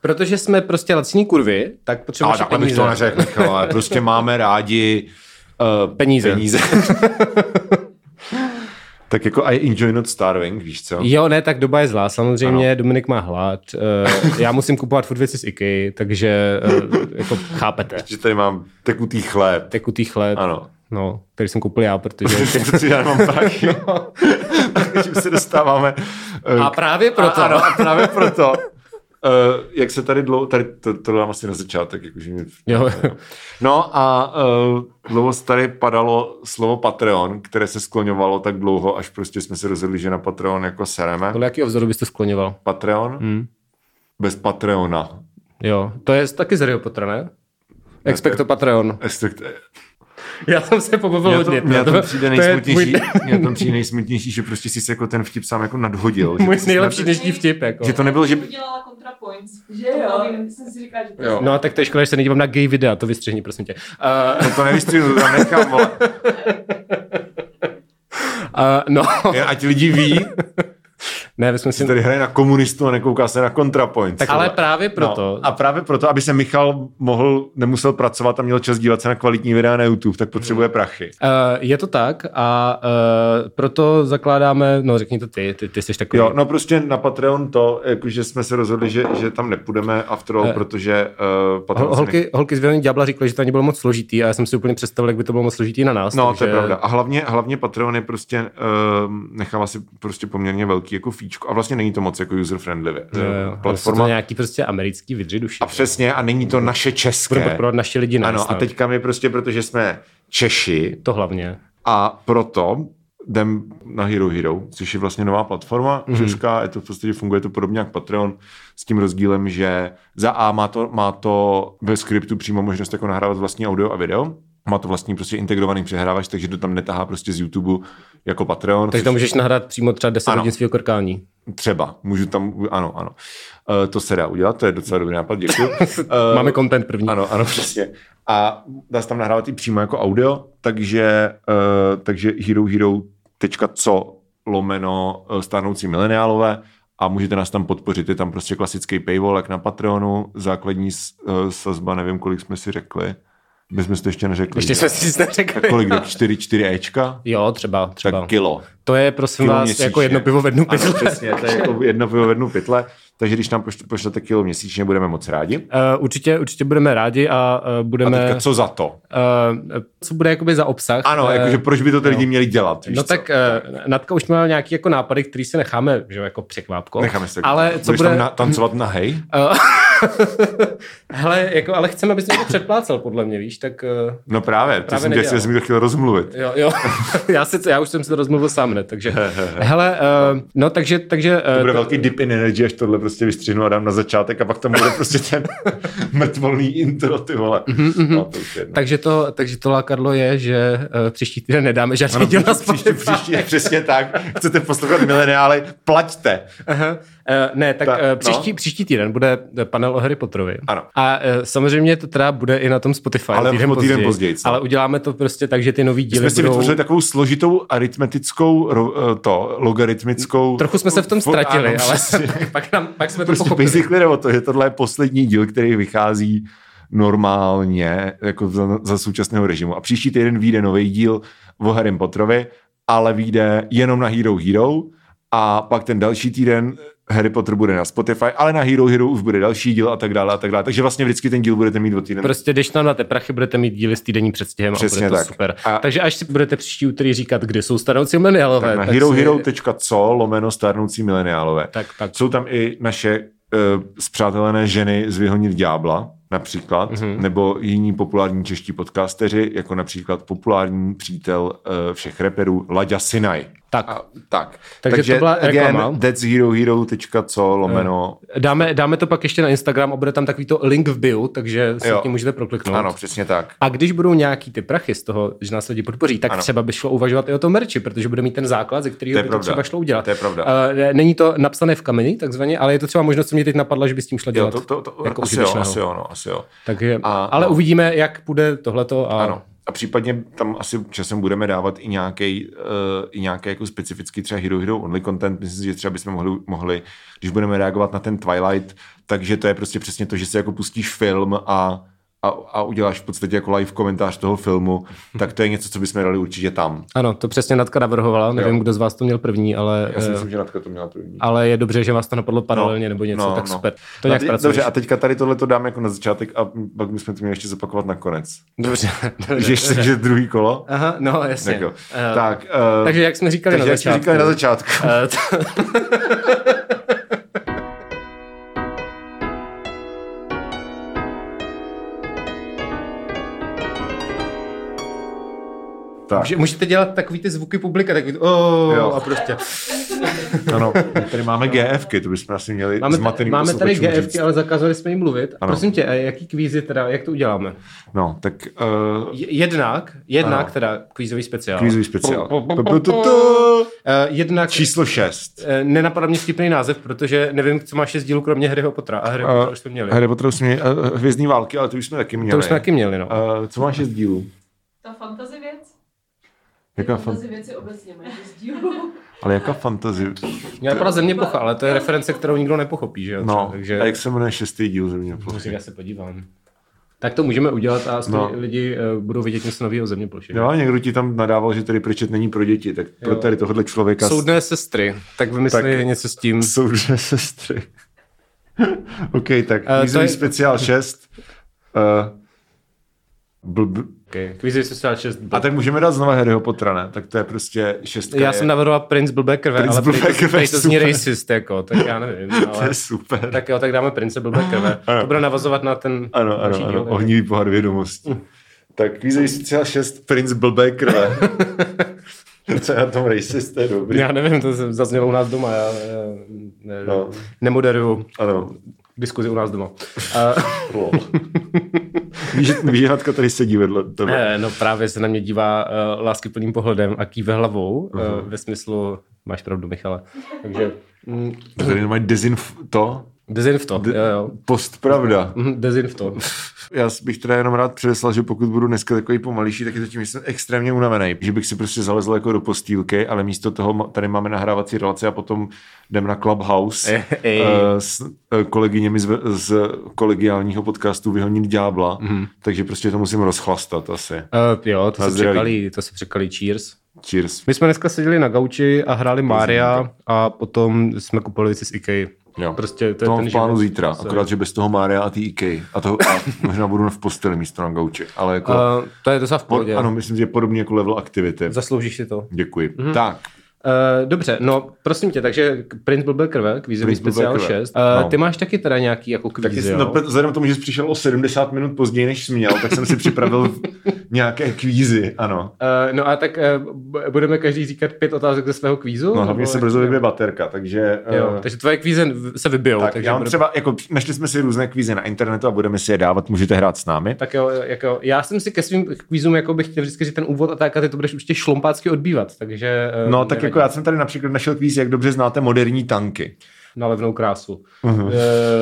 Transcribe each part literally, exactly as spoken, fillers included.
protože jsme prostě laciní kurvy, tak potřebujeme peníze. Ale bych to neřekl, Michal, ale prostě máme rádi uh, peníze. peníze. Tak jako I enjoy not starving, víš co? Jo, ne, tak doba je zlá, samozřejmě, ano. Dominik má hlad, uh, já musím kupovat furt věci z IKEA, takže uh, jako chápete. Že tady mám tekutý chléb. Tekutý chléb, ano. No, který jsem koupil já, protože... protože já nemám prachy. No. Takže se dostáváme... Uh, a právě proto. A, ano, a právě proto. Uh, jak se tady dlouho, tady to, to dám asi na začátek, jakože mě... Jo. No a uh, dlouho se tady padalo slovo Patreon, které se skloňovalo tak dlouho, až prostě jsme se rozhodli, že na Patreon jako sereme. Podle jakého vzoru byste skloňoval? Patreon? Hmm. Bez Patreona. Jo, to je taky z Harryho Pottera, ne? Expecto Patreon. Expect... Já jsem se pobavil hodně. Mně to přijde nejsmutnější, můj... to přijde nejsmutnější, že prostě si se jako ten vtip sám jako nadhodil. Můj nejlepší dnešní vtip. Jako. Že to nebylo, že... udělala ContraPoints, že jo? Jsem si říkala, že to jo. No a tak to je škoda, že se nedívám na gay videa, to vystřihni, prosím tě. Uh... No to nevystřihnu, to tam nechám, vole. Uh, no. Jen ať lidi ví, ne, my jsme si... tady hraje na komunistu a nekouká se na ContraPoints. Tak ale právě proto. No, a právě proto, aby se Michal mohl, nemusel pracovat a měl čas dívat se na kvalitní videa na YouTube, tak potřebuje prachy. Uh, je to tak a uh, proto zakládáme, no řekni to ty, ty, ty jsi takový. Jo, no prostě na Patreon to, jakože jsme se rozhodli, že, že tam nepůjdeme after all, uh, protože uh, Patreon... Holky, ne... holky z Vělení ďábla říkali, že to ani bylo moc složitý a já jsem si úplně představil, jak by to bylo moc složitý na nás. No, takže... to je pravda. A hlavně, hlavně Patreon je prostě, uh, nechává si prostě poměrně velký jako fíčko a vlastně není to moc jako user-friendly. Platforma. To nějaký prostě americký vydři duši. A přesně, a není to naše české. Budeme podporovat naše lidi. Ano, a teďka my prostě, protože jsme Češi. To hlavně. A proto jdem na Hero Hero, což je vlastně nová platforma mm-hmm. česká, je to v podstatě funguje to podobně jak Patreon, s tím rozdílem, že za A má to, má to ve skriptu přímo možnost jako nahrávat vlastní audio a video. Má to vlastní prostě integrovaný přehrávač, takže to tam netahá prostě z YouTube jako Patreon. Takže tam můžeš nahrát přímo třeba deset hodin svého korkání. Třeba, můžu tam, ano, ano. Uh, to se dá udělat, to je docela dobrý nápad, děkuji. Uh, Máme content první. Ano, ano, přesně. A dá se tam nahrávat i přímo jako audio, takže, uh, takže herohero.co lomeno stárnoucí mileniálové a můžete nás tam podpořit. Je tam prostě klasický paywall, jak na Patreonu, základní uh, sazba, nevím, kolik jsme si řekli. My jsme si to ještě neřekli. Ještě jsme si neřekli. Tak kolik, čtyři, čtyři Ečka? Jo, třeba, třeba. Tak kilo. To je, prosím kilo vás, měsíčně. Jako jedno pivo v jednu pytle. Ano, přesně, to je jako jedno pivo v jednu pytle. Takže když nám pošlete kilo měsíčně, budeme moc rádi. Uh, určitě, určitě budeme rádi a uh, budeme... A teďka co za to? Uh, co bude jakoby za obsah? Ano, uh, jakože proč by to ty lidi měli dělat? No co? Tak uh, Natka už měla nějaký jako nápady, který se necháme, že jako překvápko. Necháme se. Ale co budeš bude... tam na, tancovat na hej? Uh, Hele, jako, ale chceme, abys mě to předplácel, podle mě, víš, tak... Uh, no právě, ty jsem tě, jsi mi to chtěl rozmluvit. Jo, jo, já, si, já už jsem si to rozmluvil sám, ne, takže... Hele, uh, no takže... takže uh, to bude to... velký dip in energy, až tohle prostě vystřihnu a dám na začátek a pak tam bude prostě ten mrtvolný intro, ty vole. Mm-hmm, mm-hmm. No, to takže, to, takže to lákadlo je, že uh, příští týden nedáme žádný díl na Spotify. Příští, příští, přesně tak. Chcete poslouchat mileniály, plaťte. Aha. Uh, ne, tak Ta, uh, příští, no. příští týden bude panel o Harry Potterovi. Ano. A uh, samozřejmě to teda bude i na tom Spotify. Ale týden týden později. později. Ale uděláme to prostě tak, že ty nový díly jsme si budou... vytvořili takovou složitou aritmetickou to, logaritmickou... Trochu jsme se v tom ztratili, ano, ale pak, nám, pak jsme to prostě pochopili. Prostě basically o to, že tohle je poslední díl, který vychází normálně jako za, za současného režimu. A příští týden vyjde nový díl o Harry Potterovi, ale vyjde jenom na Hero Hero a pak ten další týden Harry Potter bude na Spotify, ale na Hero Hero už bude další díl a tak dále a tak dále. Takže vlastně vždycky ten díl budete mít o týden. Prostě když nám dáte prachy, budete mít díly s týdenním předstihem a bude to tak. Super. A takže až si budete příští úterý říkat, kde jsou starnoucí mileniálové. Tak na herohero.co lomeno starnoucí mileniálové. Tak, tak. Jsou tam i naše uh, spřátelené ženy z Vyhonit ďábla, například, mm-hmm. nebo jiní populární čeští podcasteři, jako například populární přítel uh, všech reperů Laďa Sinaj. Tak. A, tak. Takže, Takže to byla reklama. That's herohero.co lomeno. Dáme, dáme to pak ještě na Instagram a bude tam takový to link v bio, takže si tím můžete prokliknout. Ano, přesně tak. A když budou nějaký ty prachy z toho, že nás lidi podpoří, tak ano. třeba by šlo uvažovat i o tom merči, protože bude mít ten základ, ze kterého by to třeba šlo udělat. To je pravda. Uh, není to napsané v kameni, takzvaně, ale je to třeba možnost, co mě teď napadla, že by s tím šlo dělat. Jo, to, to, to, jako asi, jo, asi jo, no, asi jo. Takže, a, ale no. uvidíme, jak bude tohleto a... Ano. a případně tam asi časem budeme dávat i nějaký, uh, i nějaký jako specifický třeba Hero Hero only content. Myslím si, že třeba bychom mohli, mohli, když budeme reagovat na ten Twilight, takže to je prostě přesně to, že si jako pustíš film a A, a uděláš v podstatě jako live komentář toho filmu, tak to je něco, co bychom dali určitě tam. Ano, to přesně Natka navrhovala, nevím, jo. Kdo z vás to měl první, ale... Já si myslím, že Natka to měla první. Ale je dobře, že vás to napadlo paralelně no, nebo něco, no, tak no. Super. To nějak zpracuješ. Dobře, a teďka tady tohle to dáme jako na začátek a pak bychom to měli ještě zopakovat nakonec. Dobře. Že ještě takže druhý kolo? Aha, no jasně. Tak, uh, tak uh, takže jak jsme říkali takže na jak začátku. jsme říkali na začátku. Tak. Můžete dělat takový ty zvuky publika, takový oh, a prostě. Ano, tady máme GFky, to bychom asi měli máme, zmatený máme tady GFky, říct. Ale zakázali jsme jim mluvit. Ano. Prosím tě, jaký kvízy teda, jak to uděláme? No, tak... Uh... Jednak, jednak teda kvízový speciál. Kvízový speciál. Jednak... Číslo šest. Nenapadá mě vtipný název, protože nevím, co má šest dílů kromě Harryho Pottera. A Harryho Pottera už jsme měli. Harry Pottera už jsme měli. Hvězdní války, ale to už jsme taky měli. To už jsme taky měli, no. Uh, co má šest dílů? Ta fantasy věc? Jaká fantasy věci obecně mají šest dílů. Ale jaká fantasy? Mě napadla Země plocha, ale to je reference, kterou nikdo nepochopí, že jo? No, takže... a jak se jmenuje šestý díl Země plochy? Já se podívám. Tak to můžeme udělat a no. Lidi uh, budou vidět něco nového Země plochy. Jo, někdo ti tam nadával, že tady Pritchett není pro děti, tak pro tady tohohle člověka... Soudné sestry, tak vymysli tak něco s tím. Soudné sestry. OK, tak kvízový uh, je... speciál šest. Uh, blb... Okay. Kvízový speciál šest. A tak můžeme dát znova Harryho Pottera, ne? Tak to je prostě šestka. Já je... jsem navrhoval Prince blbé krve, Prince ale blbé krve, to zní racist, jako, tak já nevím. Ale... To je super. Tak jo, tak dáme Prince blbé krve. Ano. To bude navazovat na ten... Ano, ano, ano, ohnivý pohár vědomostí. Mm. Tak kvízový speciál šest, Prince blbé krve. Co je na tom racist, to je dobrý. Já nevím, to zaznělo u nás doma, já, já ne, no. nemoderuju ano. diskuzi u nás doma. Víš, že Natka tady sedí vedle tebe. Ne, no právě se na mě dívá uh, láskyplným pohledem a kýve hlavou, uh-huh. uh, ve smyslu, máš pravdu, Michale. Takže... Mm, tady mají dezinf to? Dezinfto, De- jo, jo. Postpravda. Dezinfto. Já bych teda jenom rád předeslal, že pokud budu dneska takový pomalejší, tak je to tím, že jsem extrémně unavený. Že bych si prostě zalezl jako do postýlky, ale místo toho tady máme nahrávací relace a potom jdem na Clubhouse Ej. uh, s uh, kolegyněmi z, z kolegiálního podcastu Vyhonit ďábla, mm-hmm. takže prostě to musím rozchlastat asi. Uh, jo, to se, překali, to se překali cheers. Cheers. My jsme dneska seděli na gauči a hráli Mária a potom jsme kupovali věci z IKEA. Jo. Prostě to, to je mám ten v plánu život, zítra, se... akorát, že bez toho Mária a ty IKEA. A, to, a možná budu v posteli místo na gauči. Ale jako, uh, to je docela v pohodě. Ano, myslím, že je podobně jako level aktivity. Zasloužíš si to. Děkuji. Mm-hmm. Tak. Uh, dobře, no prosím tě, takže Prince blbé krve, kvízový speciál šest. Uh, no. Ty máš taky teda nějaký jako kvízy, jo? No, vzhledem k tomu, že jsi přišel o sedmdesát minut později, než jsi měl, tak jsem si připravil nějaké kvízy, ano. Uh, no a tak uh, budeme každý říkat pět otázek ze svého kvízu? No hlavně se brzo vybije baterka, takže... Uh, jo, takže tvoje kvíze se vybijou. Tak takže já mám bude... třeba, jako našli jsme si různé kvízy na internetu a budeme si je dávat, můžete hrát s námi. Tak jo, jako, já jsem si ke svým kvízům jako bych chtěl vždycky říct ten úvod a tak a ty to budeš určitě šlompácky odbývat, takže... Uh, no tak jako já jsem tady například našel kvíz, jak dobře znáte moderní tanky. Na levnou krásu. Uh-huh. Uh,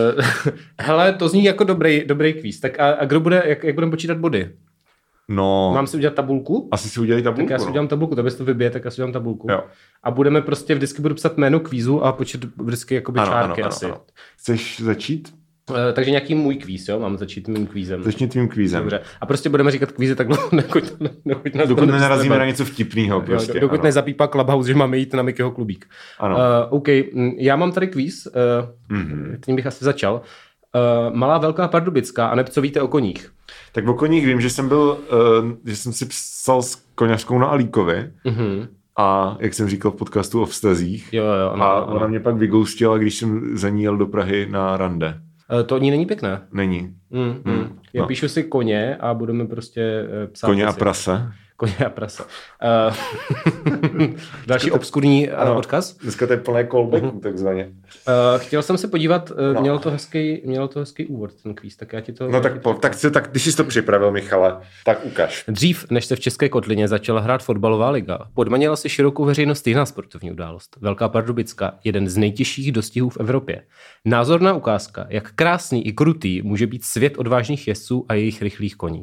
hele, to zní jako dobrý, dobrý kvíz. Tak a, a kdo bude, jak, jak budeme počítat body? No. Mám si udělat tabulku? Asi si udělej tabulku. Tak já si udělám tabulku, tebe to vybije, tak já si udělám tabulku. Jo. A budeme prostě, vždycky budu psat jméno kvízu a počít vždycky jakoby ano, čárky ano, asi. Ano, ano. Chceš začít? Uh, takže nějaký můj kvíz, jo? Mám začít mým kvízem. Začni tvým kvízem. Dobře. A prostě budeme říkat kvízy tak dlouho, dokud, dokud nás dokud nenarazíme na něco vtipného. Prostě, jo, dokud ano. nezapípá Clubhouse, že máme jít na Mickeyho klubík. Ano. Uh, OK, já mám tady kvíz, uh, mm-hmm. tím bych asi začal. Uh, Malá Velká Pardubická, a neb co víte o koních? Tak o koních vím, že jsem byl, uh, že jsem si psal s koněřskou na Alíkovi. Mm-hmm. A jak jsem říkal v podcastu o vztazích. Jo, jo, ano, a ano. ona mě pak vygoustila, když jsem za ní jel do Prahy na rande. To ní není pěkné. Není. Mm, mm. Mm. Já no. píšu si koně a budeme prostě psát. Koně věci. A prase. Koně a prase. Uh, další to, obskurní ano, odkaz. Dneska to je plné callbacků, uh-huh. takzvaně. Uh, chtěl jsem se podívat, uh, no. mělo to hezký, mělo to hezký úvod, ten kvíz, tak já ti to... No tak, po, tak, si, tak když jsi to připravil, Michale, tak ukaž. Dřív, než se v České Kotlině začala hrát fotbalová liga, podmanila si širokou veřejnost jiná sportovní událost. Velká Pardubická, jeden z nejtěžších dostihů v Evropě. Názorná ukázka, jak krásný i krutý může být svět odvážných jezdců a jejich rychlých koní.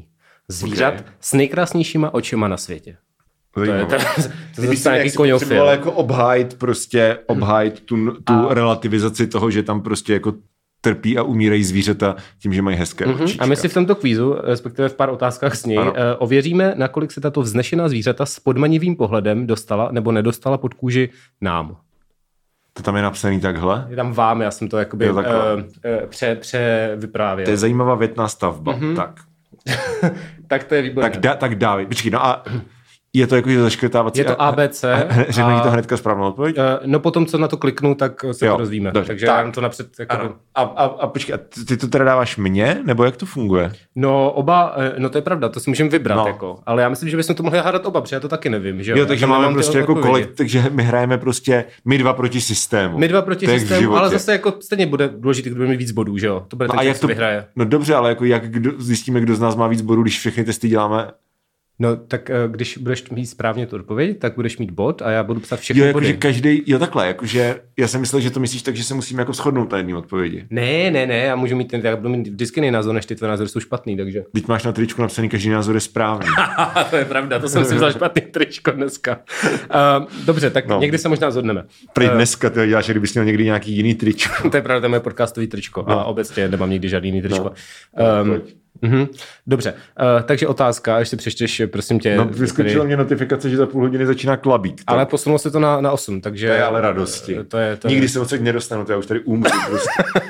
Zvířat Okay. s nejkrásnějšíma očima na světě. To je, to, to, to Kdyby zase nějaký si koňofil. potřeboval jako obhájit prostě, obhájit tu, tu A- relativizaci toho, že tam prostě jako trpí a umírají zvířata tím, že mají hezké Mhm. očička. A my si v tomto kvízu, respektive v pár otázkách s něj, Ano. eh, ověříme, nakolik se tato vznešená zvířata s podmanivým pohledem dostala nebo nedostala pod kůži nám. To tam je napsaný takhle. Je tam vám, já jsem to jakoby Jo, takhle. uh, uh, pře, převyprávěl. To je zajímavá větná stavba. Mhm. Tak, Tak to je výborné. tak, da, tak dávej. Počkej, no a je to jako že zaškrtávací. Je to A B C. A, a řekne a- ti to hnedka správnou odpověď? Uh, no potom, co na to kliknu, tak se Jo, to dozvíme. dobře. Takže Tak. já vám to napřed... Jako Ano. A, a, a počkej, a ty, ty to teda dáváš mně? Nebo jak to funguje? No oba, eh, no to je pravda, to si můžeme vybrat, No. jako. Ale já myslím, že bychom to mohli hádat oba, protože já to taky nevím, že jo? Jo, Já takže tam máme nemám ty prostě jako odpovědi. kolek, takže my hrajeme prostě my dva proti systému. My dva proti To je jak v systému, ale životě. zase jako stejně bude důležitý, kdo bude mít víc bodů, že jo? To bude No ten, a který jak to to vyhraje. No dobře, ale jako jak kdo, zjistíme, kdo z nás má víc bodů, když všechny testy děláme? No tak eh, když budeš mít správně tu odpověď, tak budeš mít bod a já budu psát všechny Jo, jako, body. že každý, jo takhle, jakože já jsem myslel, že to myslíš tak, že se musíme jako shodnout na jedné odpovědi. Ne, ne, ne, já můžu mít ten, já budu mít vždycky jiný názor, než ty tvoje názory jsou špatný, takže. Teď máš na tričku napsaný, každý názor je správný. To je pravda, to jsem si vzal špatný tričko dneska. Uh, dobře, tak No. no. někdy se možná zhodneme. Prý Eh, dneska ty děláš, že kdybys měl někdy nějaký jiný tričko. To je pravda, to je moje podcastový tričko No. a obecně nemám nikdy žádný jiný tričko. No. Um, Pojď. mhm. Dobře, uh, takže otázka, až si přečteš, prosím tě. No, vyskočila mě notifikace, že za půl hodiny začíná klabík. Tak. Ale posunulo se to na, na osm, takže... To je ale radosti. To je, to Nikdy je, se moc nedostanu, to já už tady umřu prostě.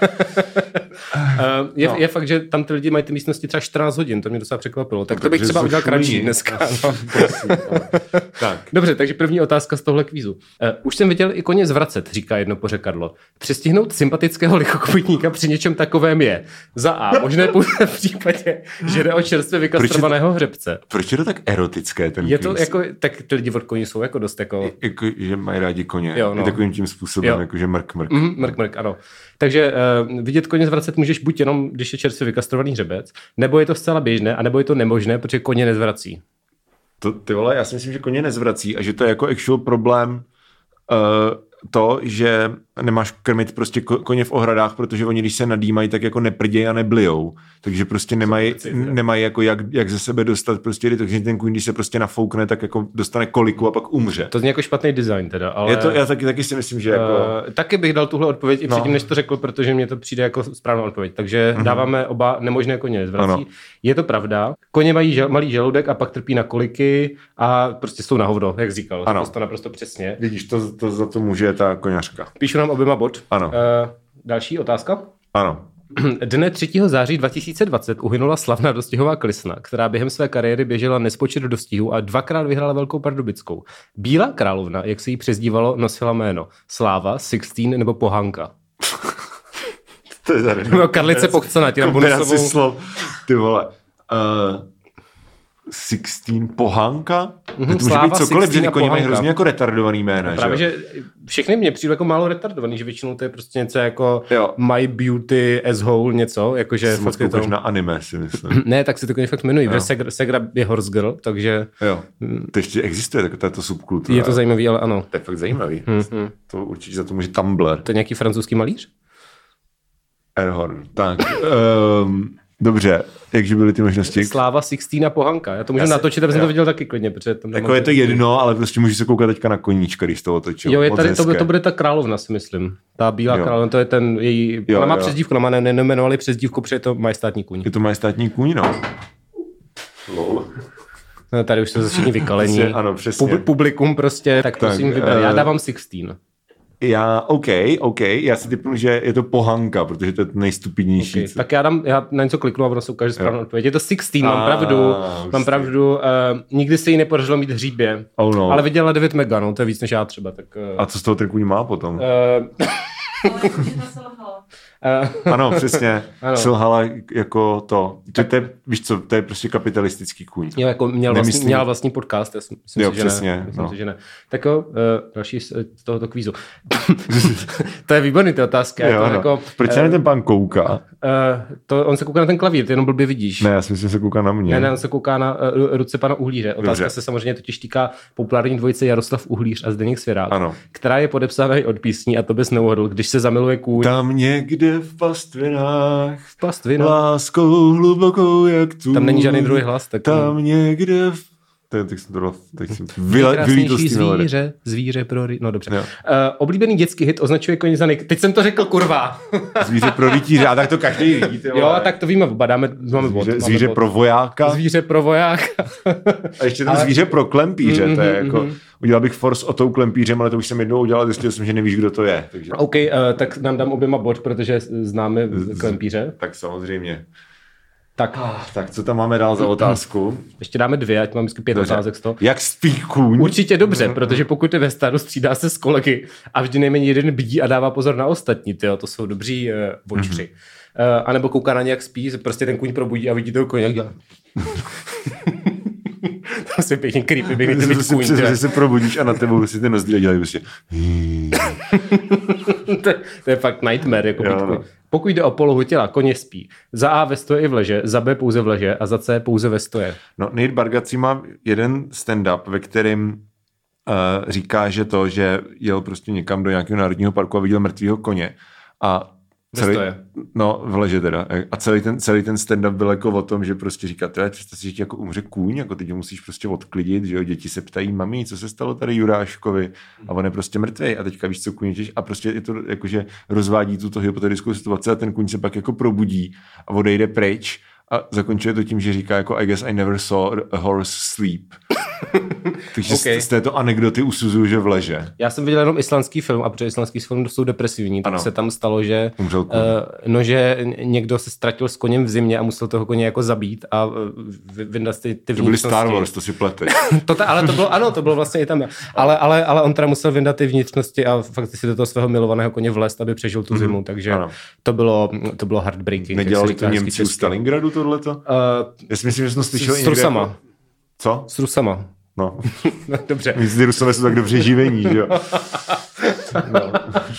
uh, je, No. je fakt, že tam ty lidi mají ty místnosti třeba čtrnáct hodin, to mě docela překvapilo. Tak to bych Takže třeba jsou udělal kratší šulí. dneska. No. Prosím, no. Tak. Dobře, takže první otázka z tohle kvízu. Uh, už jsem viděl i koně zvracet, říká jedno pořekadlo. Přestihnout sympatického lichokopytníka při něčem takovém je. Za A, možné pouze v případě, že jde o čerstvě vykastrovaného hřebce. Proč je to tak erotické, ten Je to kvíz? jako, tak ty lidi od koní jsou jako dost jako... Jako, že mají rádi koně. Jo, no. I takovým tím způsobem, Jo. jako že mrk, mrk. Mm, mrk, mrk, ano. Takže uh, vidět koně zvracet můžeš buď jenom, když je čerstvě vykastrovaný hřebec, nebo je to zcela běžné, anebo je to nemožné, protože koně nezvrací. To, ty vole, já si myslím, že koně nezvrací a že to je jako actual problém uh, to, že nemáš krmit prostě ko- koně v ohradách, protože oni, když se nadýmají, tak jako neprdějí a neblijou. Takže prostě nemají, nemají jako jak, jak ze sebe dostat prostě, takže ten kůň, když se prostě nafoukne, tak jako dostane koliku a pak umře. To zní jako špatný design teda, ale... Je to, já taky, taky si myslím, že jako... Uh, taky bych dal tuhle odpověď i No. předtím, než to řekl, protože mně to přijde jako správná odpověď. Takže mm-hmm. dáváme oba nemožné koně nezvrací. Ano. Je to pravda. Koně mají žel, malý žaludek a pak trpí na koliky a prostě jsou na hovno, jak říkal. Ano. To naprosto přesně. Vidíš, to, to za to může ta koňařka. Píšu nám oběma bod. Ano. Uh, další otázka. Ano. Dne třetího září dva tisíce dvacet uhynula slavná dostihová klisna, která během své kariéry běžela nespočet dostihů a dvakrát vyhrála Velkou Pardubickou. Bílá královna, jak se jí přezdívalo, nosila jméno Sláva, Sixteen nebo Pohanka. To je tady. No, Karlice Pochcana, ti tam Kombinaci bonusovou... slov. Ty vole. Uh, Sixteen Pohanka? Mhm, To může Sláva, být cokoliv, Sixteen že a koně mají Pohanka. hrozně jako retardovaný jména. Právě, že? že všechny mě přijde jako málo retardovaný, že většinou to je prostě něco jako Jo. My Beauty as Whole, něco, jakože Moc fakt je to... koukáš na anime, si myslím. Ne, tak si to koně fakt jmenují. Jo. Segra, Segra je Horse Girl, takže Jo. To ještě existuje, tak tato subkultura. je to zajímavý, ale ano. To je fakt zajímavý. Mhm. To určitě za to může Tumblr. To je nějaký francouzský malíř? Erhorn. Tak. Um, dobře, jakže byly ty možnosti? Sláva, Sixteen a Pohanka. Já to můžu Já si- natočit, aby jsem jo. to viděl taky klidně, protože tam Jako je to jedno, ale prostě můžeš se koukat teďka na koníčka, když to otočil. Jo, je Moc tady, to, hezké. to bude ta královna, si myslím. Ta bílá Jo. královna, to je ten její... Jo, ona má jo. přezdívku, ona má ne, nejmenovali přezdívku, protože je to majestátní kůň. Je to majestátní kůň, no. Lol. No, tady už to všichni vykalení. Přesně, ano, přesně. Pub, publikum prostě, tak, Tak, prosím vyber. Já eh, dávám Sixteen. Já, OK, OK, já si typnu, že je to Pohanka, protože to je to nejstupidnější. Okay. Tak já dám, já na něco kliknu a ono se ukáže správnou odpověď. Je to Sixteen, mám Ah, pravdu. už Mám si- pravdu. Uh, nikdy se jí nepodařilo mít hříbě. Oh no. Ale vydělala devět mega, no, to je víc než já třeba. Tak, uh, A co z toho ten kůň má potom? uh, Ale jedna se lhala. uh, Ano, přesně. Ano. Selhala jako to. to, to je, víš co, to je prostě kapitalistický kůň. Jo, jako měl, vlastní, Nemyslím- měl vlastní podcast, já si myslím, Jo, si, že přesně, ne. Myslím no. si, že ne. Tak jo, uh, další z, z tohoto kvízu. To je výborný, ty otázky. Jo, to no. jako, Proč se na ten pán kouká? uh, to, on se kouká na ten klavír, ty jenom blbě vidíš. Ne, já si myslím, že se kouká na mě. Ne, ne, on se kouká na uh, ruce pana Uhlíře. Otázka Dobře. se samozřejmě totiž týká populární dvojice Jaroslav Uhlíř a Zdeněk Svěrák, Ano. která je podepsána i od písní a to bys neuhodl, když se zamiluje kůň. Tam někde někde v pastvinách, V pastvinách. láskou hlubokou jak tu. Tam není žádný druhý hlas. Tak Tam někde v... Teď, teď jsem to dal, teď jsem vyle, vylítl z tím zvíře, zvíře pro... ry- No dobře. Jo. Uh, oblíbený dětský hit označuje koně za nik... Teď jsem to řekl, kurva. Zvíře pro rytíře, a tak to každý ví. Ty Jo, tak to víme oba, dáme, máme bod. Zvíře, máme zvíře bod. pro vojáka. Zvíře pro vojáka. A ještě tam Ale- zvíře pro klempíře, Mhm, to je jako... mhm. Udělal bych force o tou klempířem, ale to už jsem jednou udělal, zjistil jsem, že nevíš, kdo to je. Takže... OK, uh, tak nám dám oběma bod, protože známe klempíře. Tak samozřejmě. Tak, Tak co tam máme dál za otázku? ještě dáme dvě, ať mám vždycky pět Dobře. otázek z toho. Jak spí kůň? Určitě dobře, protože pokud je ve stádu, střídá se s kolegy a vždy nejméně jeden bdí a dává pozor na ostatní, tyjo, to jsou dobří uh, vočři. Mm-hmm. Uh, a nebo kouká na ně, jak spí, prostě ten kůň probudí a vidí toho koně, jak dělá. To se pěkně creepy, bych viděl Že kůň. se, se probudíš a na tebou si ty nozdry dělají prostě. to, to je fakt nightmare. Jako Jo, být no. kůň. Pokud jde o polohu těla, koně spí. Za A ve stoje i v leže, za B pouze v leže a za C pouze ve stoje. No, Nate Bargatze má jeden stand-up, ve kterém uh, říká, že to, že jel prostě někam do nějakého národního parku a viděl mrtvýho koně a Ve celý, stoje. no, v leže teda. A celý ten, celý ten stand-up byl jako o tom, že prostě říká, to je představ si, že ti jako umře kůň, jako teď ho musíš prostě odklidit, že jo, děti se ptají, mami, co se stalo tady Juráškovi a on je prostě mrtvej a teďka víš, co kůň je, a prostě je to jakože rozvádí tuto hypotetickou situaci a ten kůň se pak jako probudí a odejde pryč a zakončuje to tím, že říká jako I guess I never saw a horse sleep. Takže Okay. z této anekdoty usuzuju, že vleže. Já jsem viděl jenom islandský film a protože islandský film jsou depresivní, tak Ano. se tam stalo, že, Umřel kůň. uh, no, že někdo se ztratil s koněm v zimě a musel toho koně jako zabít a uh, vy- vyndat ty, ty To byly vnitřnosti. Star Wars, to si plete. To ta, ale to bylo, ano, to bylo vlastně i tam. Ale, ale, ale on teda musel vyndat ty vnitřnosti a fakt si do toho svého milovaného koně vlést, aby přežil tu zimu, takže Ano. to bylo, to bylo heartbreaking. jak se Nedělali říká to hezky Němci u česky. Stalingradu tohleto? Uh, Já si myslím, že jsem to slyšel s někde Rusama. jako- Co? S Rusama. No. No, dobře. Myslím, že Rusové jsou tak dobře živení, že jo? No.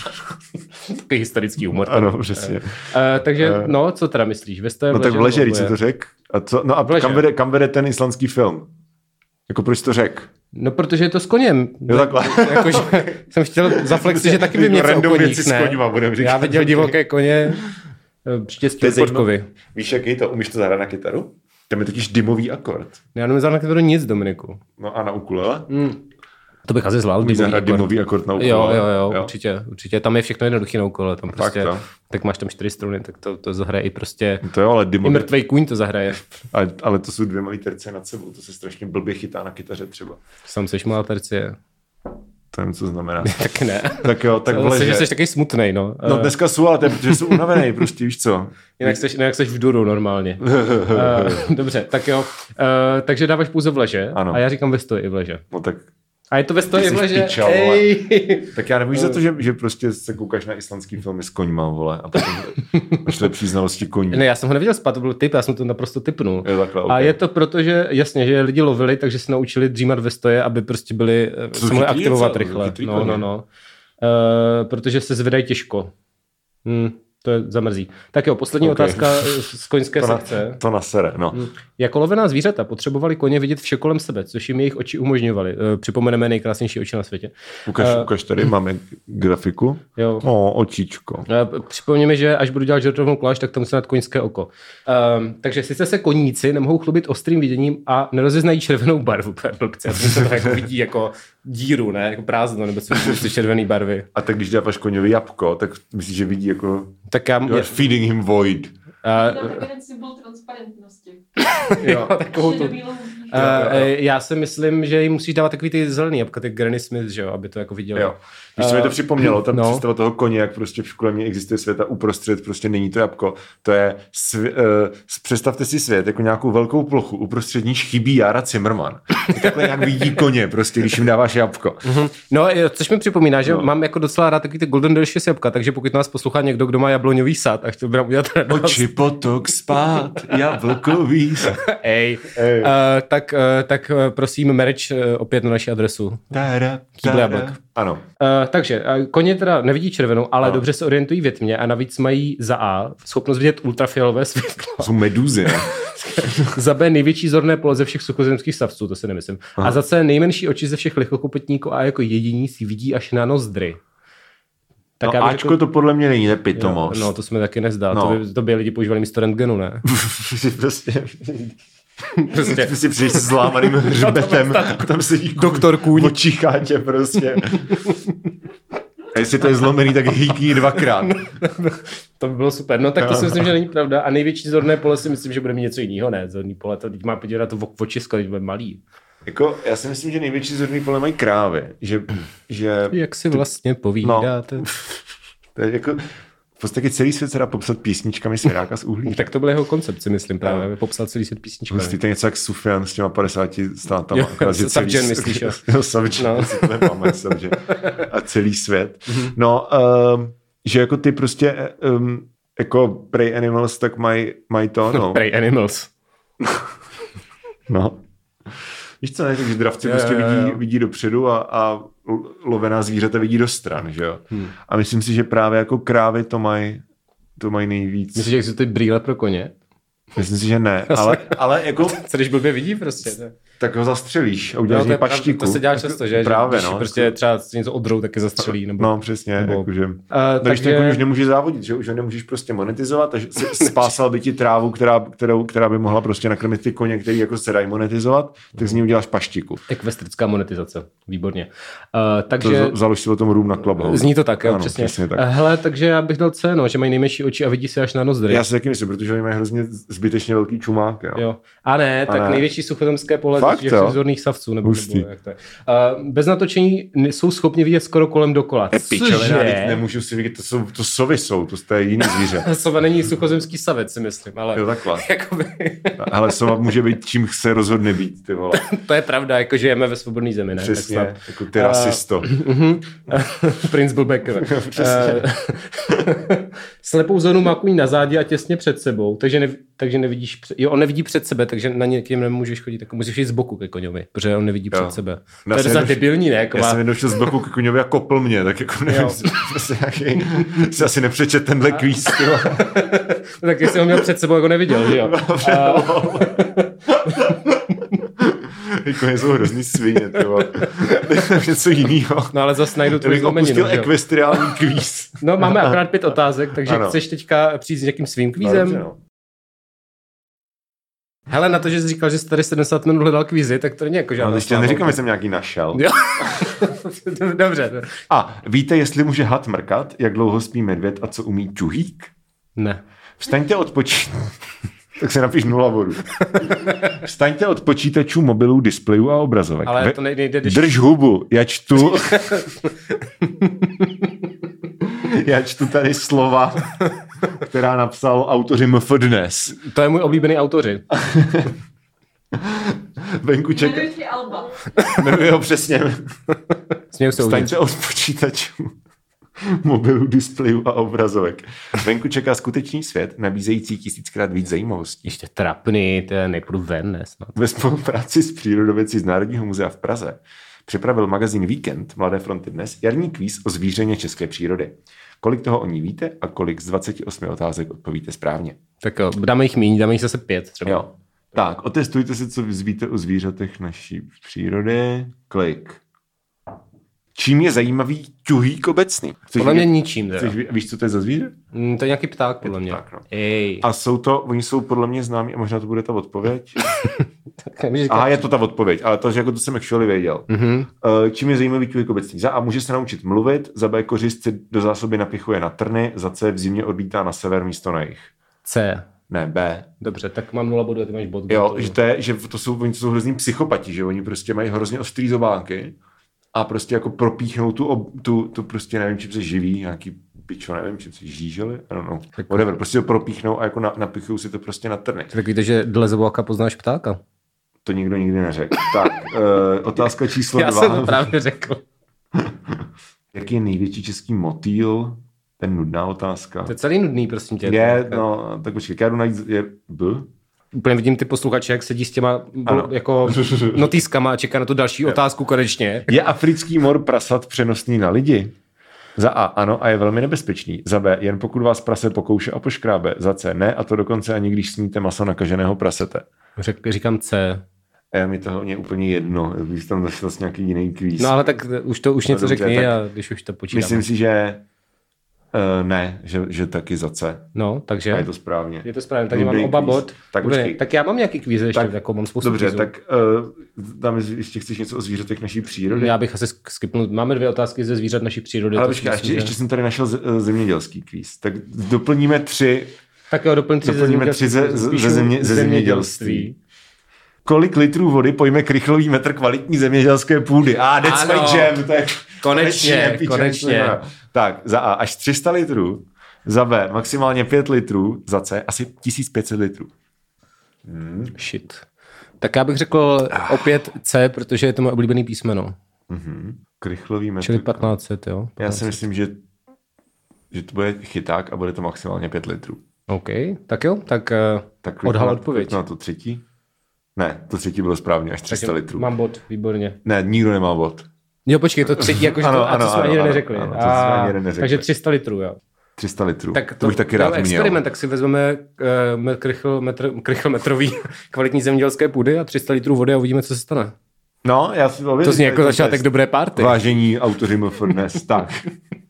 Takový historický humor. Ano, přesně. Uh, takže, Eh. no, co teda myslíš? Ve stoje No tak v nebo leže, když oboje? si to řek. A co? No a V leže. kam vede, kam vede ten islandský film? Jako proč to řek? No, protože je to s koněm. Jo, takhle. Jakože jsem chtěl zaflexit, že taky vím něco o Random věci koních, s ne? koňma budem říkat. Já viděl divoké koně, eh, štěstí Božkovi. Víš, jaký to? Umíš to zahrát na kytaru? Tam je totiž dymový akord. Já nemám na kytaru nic, Dominiku. No a na ukulele? Hmm. To bych asi zvládl. Umíš dymový zahrát akord. dymový akord na Jo, ukulele? jo, jo, určitě, určitě. Tam je všechno jednoduchý na ukole, tam prostě, jo? tak máš tam čtyři struny, tak to, to zahraje i prostě, To jo, ale i dymový. mrtvej kůň to zahraje. Ale, ale to jsou dvě malé terce nad sebou. To se strašně blbě chytá na kytaře třeba. Sam seš malá tercie. To nevím, co znamená. Tak ne. Tak jo, tak v Zase, že leže. jsi takový smutnej, no. No Eh, dneska jsou, ale to je, protože jsou unavený, prostě víš co. Jinak seš, jinak seš v duru normálně. uh, dobře, tak jo. Uh, takže dáváš pouze v leže Ano. a já říkám ve stoji i v leže. No tak, A je to ve stoji Ty i v jsi leže. piča, vole. Ej. tak já nemůžu za to, že, že prostě se koukáš na islandský filmy s koňma, vole, a potom máš lepší znalosti koní. Ne, já jsem ho neviděl spát, to byl tip, já jsem to naprosto tipnul. Je takhle, A okay. je to proto, že jasně, že lidi lovili, takže se naučili dřímat ve stoje, aby prostě byli, To se jsou mohli chytrý aktivovat docela, rychle. chytrý No, koně. no, no. Uh, protože se zvedají těžko. Hmm, to je zamrzí. Tak jo, poslední Okay. otázka z koňské to, na, sekce. to na sere, no. Jako lovená zvířata potřebovali koně vidět vše kolem sebe, což jim jejich oči umožňovaly. Uh, připomeneme nejkrásnější oči na světě. Ukaž, Eh, ukaž tady, máme grafiku. Jo. O, očičko. Uh, Připomněme, že až budu dělat žertovnou koláž, tak tam musím dát koňské oko. Um, takže sice se koníci nemohou chlubit ostrým viděním a nerozeznají červenou barvu. Blbce, já jsem to jako vidí jako díru, ne? Jako prázdno, nebo jsou prostě červené barvy. A tak když dáváš koňovi jabko, tak myslíš, že vidí jako... Tak já... You're feeding him void. Uh, Tam takový ten symbol transparentnosti. jo, takovou tu... Šedobílou Uh, výšku. já si myslím, že jim musíš dávat takový ty zelený jabka, ty Granny Smith, že jo, aby to jako viděli. Jo. Víš, co mi to Eh, připomnělo? Tam no. představa toho koně, jak prostě v škole mě existuje svět a uprostřed prostě není to jabko. To je, svě- uh, představte si svět jako nějakou velkou plochu, uprostřed níž chybí Jára Cimrman. Takhle nějak vidí koně, prostě, když jim dáváš jabko. Mhm. No, jo, což mi připomíná, že No. mám jako docela rád takový ty Golden Delicious jabka, takže pokud nás poslouchá někdo, kdo má jabloňový sad a chtěl by nám udělat radost, Oči potok spát, jablkový. Ej, Ej. Uh, tak, uh, tak uh, prosím merch uh, opět na naši adresu. Tada, Kýble jablek. Ano. Uh, takže uh, koně teda nevidí červenou, ale Ano. dobře se orientují ve tmě a navíc mají za A schopnost vidět ultrafialové světlo. To jsou meduzy, ne? Za B největší zorné pole ze všech suchozemských savců, to si nemyslím. Aha. A za C nejmenší oči ze všech lichokopetníků a jako jediní si vidí až na nozdry. No, já bych Ačko řekl- to podle mě není nepitomost. No, to jsme taky nezdá. No. To, by, to by lidi používali místo rentgenu, ne? prostě... Prostě. Ty si přijdeš s zlámaným hřbetem a tam sedí Doktor Kůň. Očichá tě prostě. A jestli to je zlomený, tak hýkni dvakrát. To by bylo super. No tak to si myslím, že není pravda. A největší zorné pole si myslím, že bude mít něco jiného, ne? Zorný pole, to teď má podívat na to v- očisko, když bude malý. Jako, já si myslím, že největší zorný pole mají krávy. Že, že Jak si vlastně povídáte? to je jako... V podstatě celý svět se dá popsat písničkami Svěráka z uhlí. Tak to byl jeho koncept, si myslím právě, aby popsal celý svět písničkami. Myslíte něco jak Sufjan s těma padesáti státama. Jo, akorát, že celý Subgen s- myslíš, jo. Jo, Subgen, No. si to nemáme, Subgen. A celý svět. No, um, že jako ty prostě um, jako Prey Animals, tak mají maj to, no. Prey Animals. no. Víš co, ne? Takže dravci Jo, prostě jo, jo. vidí, vidí dopředu a, a lovená zvířata vidí do stran, že jo. Hmm. A myslím si, že právě jako krávy to mají to mají nejvíc. Myslíš, že jsou ty brýle pro koně? Myslím si, že ne, ale, ale jako Co když blbě vidí prostě? Ne? tak ho zastřelíš a No, uděláš to, no, je pravda, paštiku. to se dělá často, že? Právě, že když no. prostě třeba něco odrou, taky zastřelí. Nebo... No, přesně, nebo- jakože. Uh, Takže takže... ten už nemůže závodit, že už ho nemůžeš prostě monetizovat, takže si- spásal by ti trávu, která, kterou, která by mohla prostě nakrmit ty koně, který jako se dají monetizovat, tak z ní uděláš paštiku. Ekvestrická monetizace, výborně. Uh, To takže... za- založ si o tom room na Clubhouse. Zní to tak, jo, Ano, přesně. přesně tak. Eh, Hele, takže já bych dal C, no, že mají nejmenší oči a vidí se až na nozdry. Já si taky myslím, protože oni mají hrozně zbytečně velký čumák. Jo. Jo. A ne, A tak ne. největší suchozemské pole Fakt, těch jo? vzorných savců, nebo, Hustý. nebo jak to je. Uh, bez natočení n- jsou schopni vidět skoro kolem dokola. Pičovina, teď nemůžu si vidět, to, jsou, to sovy jsou, to je jiný zvíře. Sova není suchozemský savec, si myslím, ale Jo, takhle. jakoby, Ale sova může být, čím se rozhodne být, ty vole. to je pravda, jako žijeme ve svobodné zemi, ne? Přesně, Tak jako ty rasisto. snad. Princ Blbeck. Přesně. Slepou zónu má kůň na zádě a těsně před sebou, takže, ne, takže nevidíš, před, jo, on nevidí před sebe, takže na někým nemůžeš chodit, tak musíš jít z boku ke koňovi, protože on nevidí Jo. před sebe. Já To je jsem za nedošel- debilní, ne? Jako Já má... jsem jednou šel z boku k koňovi a kopl mě, tak jako nevím, Jo. prostě nějaký, si asi nepřečet tenhle kvíz, ty vole. Tak jestli ho měl před sebou, jako neviděl, že jo? A... Jako jsou hrozný svině, ty vole. Něco jinýho. No ale zase najdu Já tvoji bych opustil zlomeninu, že jo? ekvestriální kvíz. No máme akorát pět otázek, takže Ano. chceš teďka přijít s nějakým svým kvízem? Dobře, no. Hele, na to, že jsi říkal, že jsi tady sedmdesát minut hledal kvízy, tak to není jako žádná Ale ještě sláva. neříkám, že jsem nějaký našel. Jo. Dobře. A víte, jestli může had mrkat, jak dlouho spí medvěd a co umí čuhík? Ne. Vstaňte od počítačů. Tak se napiš nula bodu. Vstaňte od počítačů, mobilů, displejů a obrazovek. Ale Ve- to nejde, když... Drž hubu, já čtu... já čtu tady slova, která napsal autoři M F dnes. To je můj oblíbený autoři. Venku čeká... Jmenuji ti Alba. Jmenuji ho přesně. Směju se uvnitř. Vstaňte od počítačů, mobilů, displejů a obrazovek. Venku čeká skutečný svět, nabízející tisíckrát víc zajímavostí. Ještě trapný, to je nepůjdu ven, ne snad. Ve spolupráci s přírodovědci z Národního muzea v Praze připravil magazín Víkend Mladé fronty dnes jarní kvíz o zvířeně české přírody. Kolik toho o ní víte a kolik z dvaceti osmi otázek odpovíte správně? Tak jo, dáme jich míň, dáme jich zase pět třeba. Jo. Tak, otestujte si, co víte o zvířatech naší přírody. Klik. Čím je zajímavý čuhýk obecný? Chceš Podle mě vidět- ničím. Teda. Chceš, ví- víš, co to je za zvíře? Mm, to je nějaký pták, podle mě. pták, no. Ej. A jsou to, oni jsou podle mě známí, a možná to bude ta odpověď. Tak, můžeš říkat- Aha, je to ta odpověď, ale to, že jako to jsem actually věděl. Mhm. Uh, čím je zajímavý čuhýk obecný? Za A může se naučit mluvit, za B kořist si do zásoby napichuje na trny, za C v zimě odlítá na sever místo na jih. C. Ne, B. Dobře, tak mám nula bodů a ty máš bod. Jo, To- že to, je, že to jsou, oni to jsou hrozný psychopati, že oni prostě mají hrozně ostrý zobáky a prostě jako propíchnou tu, ob, tu, tu prostě nevím, čím se živí, nějaký pičo, nevím, čím se žíželi, I don't know, whatever, prostě ho propíchnou a jako na, napichují si to prostě na trny. Tak víte, že dle zobáka poznáš ptáka? To nikdo nikdy neřekl. Tak, uh, otázka číslo Já dva. jsem to právě řekl. Jaký je největší český motýl? To je nudná otázka. To je celý nudný, prosím tě. Je, no, tak počkej, já jdu najít, je B? Úplně vidím ty posluchače, jak sedí s těma Ano. jako notýskama a čeká na tu další otázku konečně. Je africký mor prasat přenosný na lidi? Za A ano a je velmi nebezpečný. Za B jen pokud vás prase pokouše a poškrábe. Za C ne a to dokonce ani když sníte maso nakaženého prasete. Řek, říkám C. A je mi to hlavně úplně jedno, když tam zašel s nějaký jiný kvíz. No ale tak už to už něco dobře, řekni tak a když už to počítáme. Myslím si, že Uh, ne, že, že taky za C. No, takže... A je to správně. Je to správně, takže Nudný mám oba kvíz. bod. Tak, Dobrý, tak já mám nějaký kvíz ještě, Tak, jako mám spoustu dobře, kvízů. tak uh, tam ještě chceš něco o zvířatech naší přírody? Já bych asi skipnul. Máme dvě otázky ze zvířat naší přírody. Ale to počkej, myslím, ještě, že- ještě jsem tady našel z, uh, zemědělský kvíz. Tak doplníme tři, Tak jo, doplň tři ze doplníme tři ze, zemědělství. ze, Píšu ze, země, ze zemědělství. Kolik litrů vody pojme krychlový metr kvalitní zemědělské půdy? A ah, that's Ano. my jam, to je Konečně, piče, konečně. co to. Tak, za A až tři sta litrů, za B maximálně pět litrů, za C asi tisíc pět set litrů. Hmm. Shit. Tak já bych řekl opět C, protože je to moje oblíbený písmeno. Mm-hmm. Krychlový metr. Čili patnáct set, jo? Já si myslím, že, že to bude chyták a bude to maximálně pět litrů. OK, tak jo, tak, Tak tak odhal na- odpověď. Na to třetí? Ne, to třetí bylo správně, až tři sta Takže litrů. mám bod, výborně. Ne, nikdo nemá bod. Jo, počkej, to třetí, jakože Ano, to, a ano, to jsme ano, ani ano, neřekli. ano, to jsme A, ani neřekli. takže tři sta litrů, jo. tři sta litrů. Tak to, to bych taky rád měl. experiment, tak si vezmeme uh, krychl, metr, krychl metrový kvalitní zemědělské půdy a tři sta litrů vody a uvidíme, co se stane. No, já si To zní jako začátek dobré party. Vážení autoři M F dnes, tak.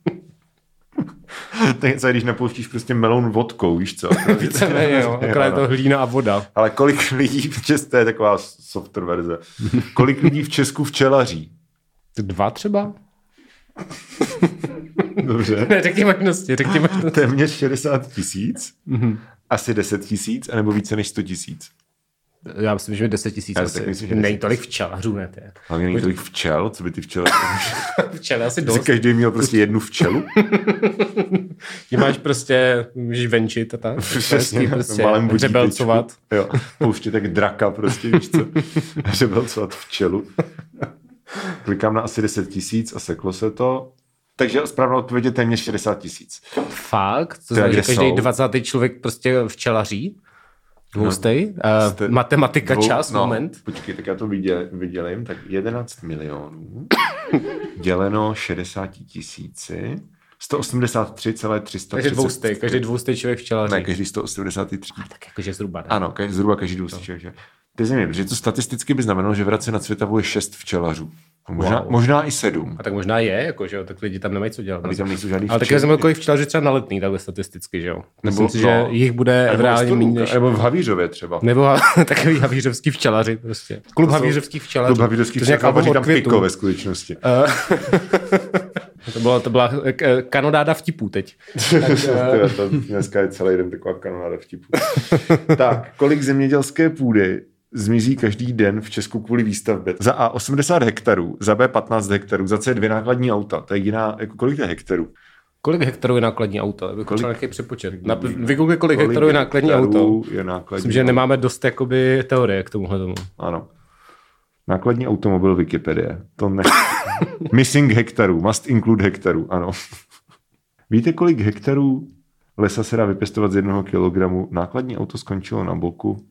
Tak co, když napouštíš prostě meloun vodkou, víš co? Víceméně, jo, akorát je to hlína a voda. Ale kolik lidí v Česku, to je taková software verze, kolik lidí v Česku včelaří? Dva třeba? Dobře. Ne, řekni možnosti, řekni možnosti. Téměř šedesát tisíc, Mm-hmm. asi deset tisíc, anebo více než sto tisíc. Já myslím, že deset tisíc Já asi. taky myslím, že Není deset tolik včelařů, ne? Tě. Hlavně není tolik včel, co by ty včely... Včely asi Že dost. každý měl prostě jednu včelu. Ty máš prostě, můžeš venčit a tak. Hezky prostě malém budíčku. řebelcovat. Jo, pouštět tak draka prostě, víš co. Řebelcovat včelu. Klikám na asi deset tisíc a seklo se to. Takže správná odpověď je téměř šedesát tisíc. Fakt? To Teda znamená, že kde každý jsou? dvacátý člověk prostě včelaří? Dvoustej? No, Uh, jste- matematika, Dvou- čas, no, moment. Počkej, tak já to viděl, vydělím. Tak jedenáct milionů děleno šedesát tisíci, sto osmdesát tři celá tři sta třicet. Takže dvoustej, každý dvoustej člověk včelaří. Ne, každý sto osmdesát tři. Tak jakože zhruba, ne? Ano, každý, zhruba každý dvoustý člověk. To je země, protože to statisticky by znamenalo, že v Hradci nad Svitavou je šest včelařů. Možná, Wow. možná i sedm. A tak možná je, jako, že jo, tak lidi tam nemají co dělat. Ale tam nejsou žádný Ale taky jsem kolik včelaři třeba na Letný, takhle statisticky, že jo. Myslím Nebo- si, že no. jich bude Nebo v reálně Stolůvka, méně než... Nebo v Havířově třeba. Nebo takový havířovský včelaři prostě. Klub To jsou- havířovských včelařů. To havířovský To je nějak včelařů, album od říkám Květu. piko ve skutečnosti. Eh, to, byla, to byla eh, kanonáda vtipů teď. Tak, Tyhle, to dneska je celý den taková kanonáda vtipů. Tak, kolik zemědělské půdy zmizí každý den v Česku kvůli výstavbě? Za A osmdesát hektarů, za B patnáct hektarů, za C dvě nákladní auta. To je jiná, jako kolik to je hektarů? kolik hektarů je nákladní auto? Já bych Kolik- potřeboval nějaký přepočet. Na, vygoogli, kolik, Kolik hektarů je nákladní hektarů auto. Je nákladní Myslím, že auto. nemáme dost jakoby teorie k tomuhle tomu. Ano. Nákladní automobil Wikipedie. To ne. Missing hektarů. Must include hektarů. Ano. Víte, kolik hektarů lesa se dá vypěstovat z jednoho kilogramu? Nákladní auto skončilo na boku.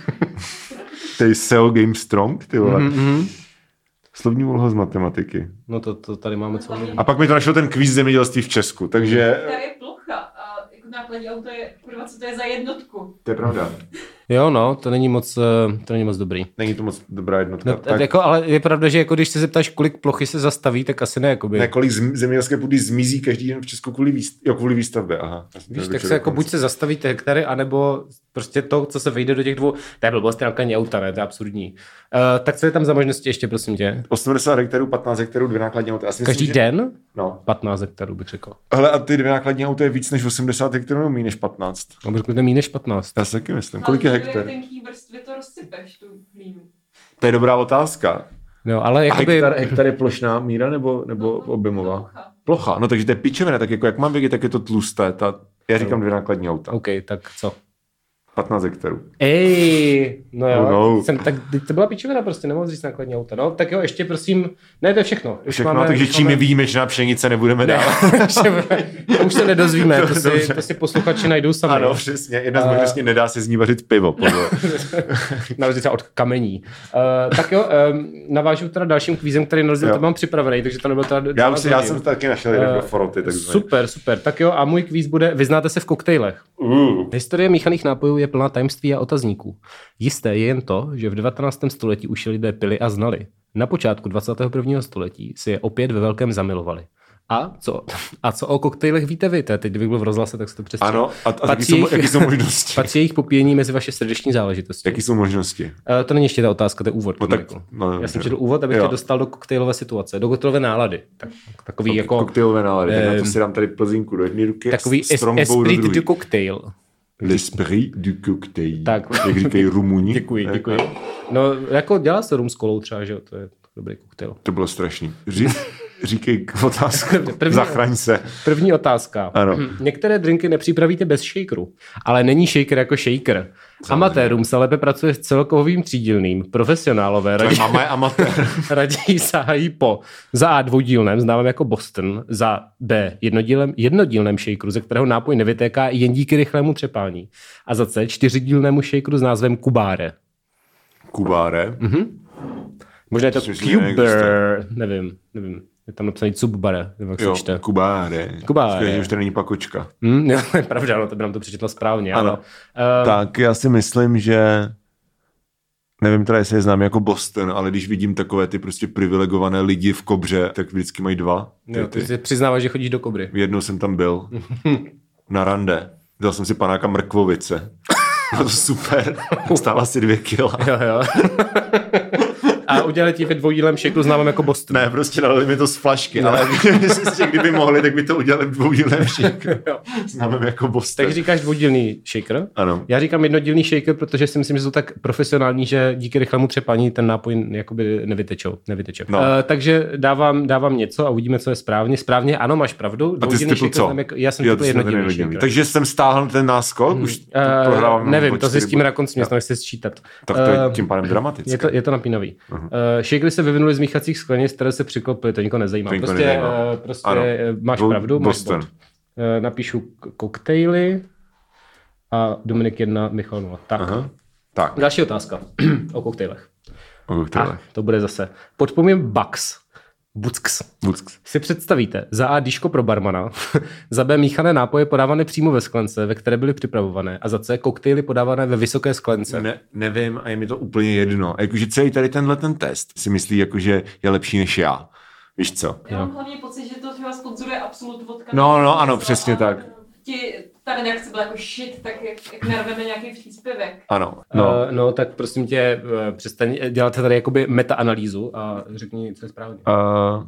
To je S E O Game Strong, ty vole. Mm-hmm. Slovní úloha z matematiky. No to, to tady máme celou dobu. A pak mi to našlo ten kvíz zemědělství v Česku, takže... Tady je plocha a jako nákladní auto je, kurva, co to je za jednotku. To je pravda. Jo, no, to není moc, eh, to není moc dobrý. Není to moc dobrá jednotka. No, tak, jako, ale je pravda, že jako když se zeptáš, kolik plochy se zastaví, tak asi ne, jakoby. ne, kolik zem- zemědělské půdy zmizí každý den v Česku kvůli, výst- jo, kvůli výstavbě. Aha. Já jsem Víš, to tak vyčetl se jako dokonce. buď se zastaví ty hektary, anebo prostě to, co se vejde do těch dvou. To je blbost, nákladní auta, ne, to je absurdní. Uh, tak co je tam za možnosti ještě, prosím tě? osmdesát hektarů, patnáct hektarů, dvě nákladní auta. Já si myslím, Každý že... den? No. patnáct hektarů bych řekl. Hele, a ty dvě nákladní auta je víc než osmdesát hektarů, nebo méně než patnáct? No, bych řekl, to je méně než patnáct. Já si taky myslím. Kolik je Ale do hektar? jak tenký vrstvy to rozsypeš, tu hlínu. To je dobrá otázka. No, ale A jakoby... hektar, hektar je plošná míra nebo, nebo objemová? Plocha. Plocha. No takže to je pičovina, tak jako jak mám vědět, tak je to tlusté. Ta... Já říkám dvě nákladní auta. OK, tak co? patnáct hektarů. Ej, no jo, Oh no. jsem, tak teď to byla pičovina prostě, nemohl říct nákladní auta. No, tak jo, ještě prosím, ne, to je všechno. Už Všechno, takže už čím je výjimečná pšenice, nebudeme dál. to už se nedozvíme, to si, Dobře. to si posluchači najdou sami. Ano, přesně. Jedna z A- možností, nedá se z ní vařit pivo. Podle. Na rozdíl třeba od kamení. Uh, tak jo, um, navážu teda dalším kvízem, který na rozdíl Jo. to mám připravený, takže to nebyl teda... Já, už si, já hodin. jsem taky našel jeden Eh, pro foroty. takzvaně. Super, super. Tak jo, a můj kvíz bude, vyznáte se v koktejlech. Uh. Historie míchaných nápojů je plná tajemství a otazníků. Jisté je jen to, že v devatenáctém století už je lidé pili a znali. Na počátku dvacátého prvního století si je opět ve velkém zamilovali. A co, a co o koktejlech víte vy? Teď, kdybych byl v rozhlase, tak se to přesně. Ano, a, a jaký, jsou, jaký jsou možnosti? Patří jejich popíjení mezi vaše srdeční záležitosti. Jaký jsou možnosti? Uh, to není ještě ta otázka, to je úvod. No, tak, no, Já jsem četl úvod, abych tě dostal do koktejlové situace, do koktejlové nálady. Tak, takový Kok, jako... Koktejlové nálady, tak eh, na to si dám tady plzínku do jedné ruky. Takový es, esprit du cocktail. L'esprit du cocktail. Tak. Jak říkají Rumuni. Děkuji, děkuji. No, jako dělá se rum s kolou třeba, že jo, to je dobrý koktejl. To bylo strašný. Ří, říkej otázku, první, zachraň se. První otázka. Ano. Některé drinky nepřipravíte bez shakeru, ale není shaker jako shaker. Amatérům se lépe pracuje s celkovým třídílným, profesionálové raději, mama je amatér. raději sahají po za A dvoudílném, známém jako Boston, za B jednodílném, jednodílném shakeru, ze kterého nápoj nevytéká jen díky rychlému třepání, a za C čtyřidílnému shakeru s názvem Kubáre. Kubáre? Mhm. Možná je to Cuber, nevím, nevím. Je tam napsaný Cubbare, nevím, jak se čte. Kubáre. Kubáre. Skvěle, že už to není pakočka. Hmm, jo, je pravda, no, to by nám to přečetla správně. Ano. Ale, uh, tak já si myslím, že nevím teda, jestli je znám jako Boston, ale když vidím takové ty prostě privilegované lidi v Kobře, tak vždycky mají dva. Ty, jo, ty si přiznáváš, že chodíš do Kobry. Jednou jsem tam byl. Na rande. Dal jsem si panáka mrkvovice. Bylo to super. Stála asi dvě kila. Jo, jo. A udělali ti ve dvoudílném shakeru známém jako Boston. Ne, prostě dali mi to z flašky, no. Ale myslím, kdyby mohli, tak by to udělali v dvoudílném shakeru. Známém jako Boston. Tak říkáš dvoudílný shaker? Ano. Já říkám jednodílný shaker, protože si myslím, že jsou tak profesionální, že díky rychlému třepání ten nápoj jakoby nevytečou. nevyteče. No. Uh, takže dávám, dávám něco a uvidíme, co je správně. Správně, ano, máš pravdu. A ty jsi typl co? Jako, já jsem typl jednodílný shaker. Takže jsem stáhl ten náskok, už uh, prohrávám. Nevím, to zjistíme na konci, mě to nechci sčítat. Tak to je tím pádem dramatické. Je to, je to napínavý. Uh-huh. Uh, shakery se vyvinuly z míchacích sklenic, které se přiklopily, to nikoho nezajímá. To nikoho prostě nezajímá. Uh, prostě máš Dvou, pravdu, Boston. máš bod. Uh, napíšu k- koktejly a Dominik jedna, Michal nula. Tak. Aha. Tak. Další otázka o koktejlech. O koktejlech. Ah, to bude zase. Pod pojmem Bucks. Bucks. Bucks. Si představíte za A dýško pro barmana, za B míchané nápoje podávané přímo ve sklence, ve které byly připravované, a za C koktejly podávané ve vysoké sklence. Ne, nevím a je mi to úplně jedno. Jakože celý tady tenhle ten test si myslí, jakože je lepší než já. Víš co? Já mám hlavně pocit, že to třeba sponzoruje Absolut vodka. No, no, ano, přesně tak. Ti, ta redakce byla jako shit, tak jak, jak narveme nějaký příspěvek. Ano. No. No. Uh, no, tak prosím tě, uh, přestaň dělat tady jakoby meta-analýzu a řekni, co je správně. Uh,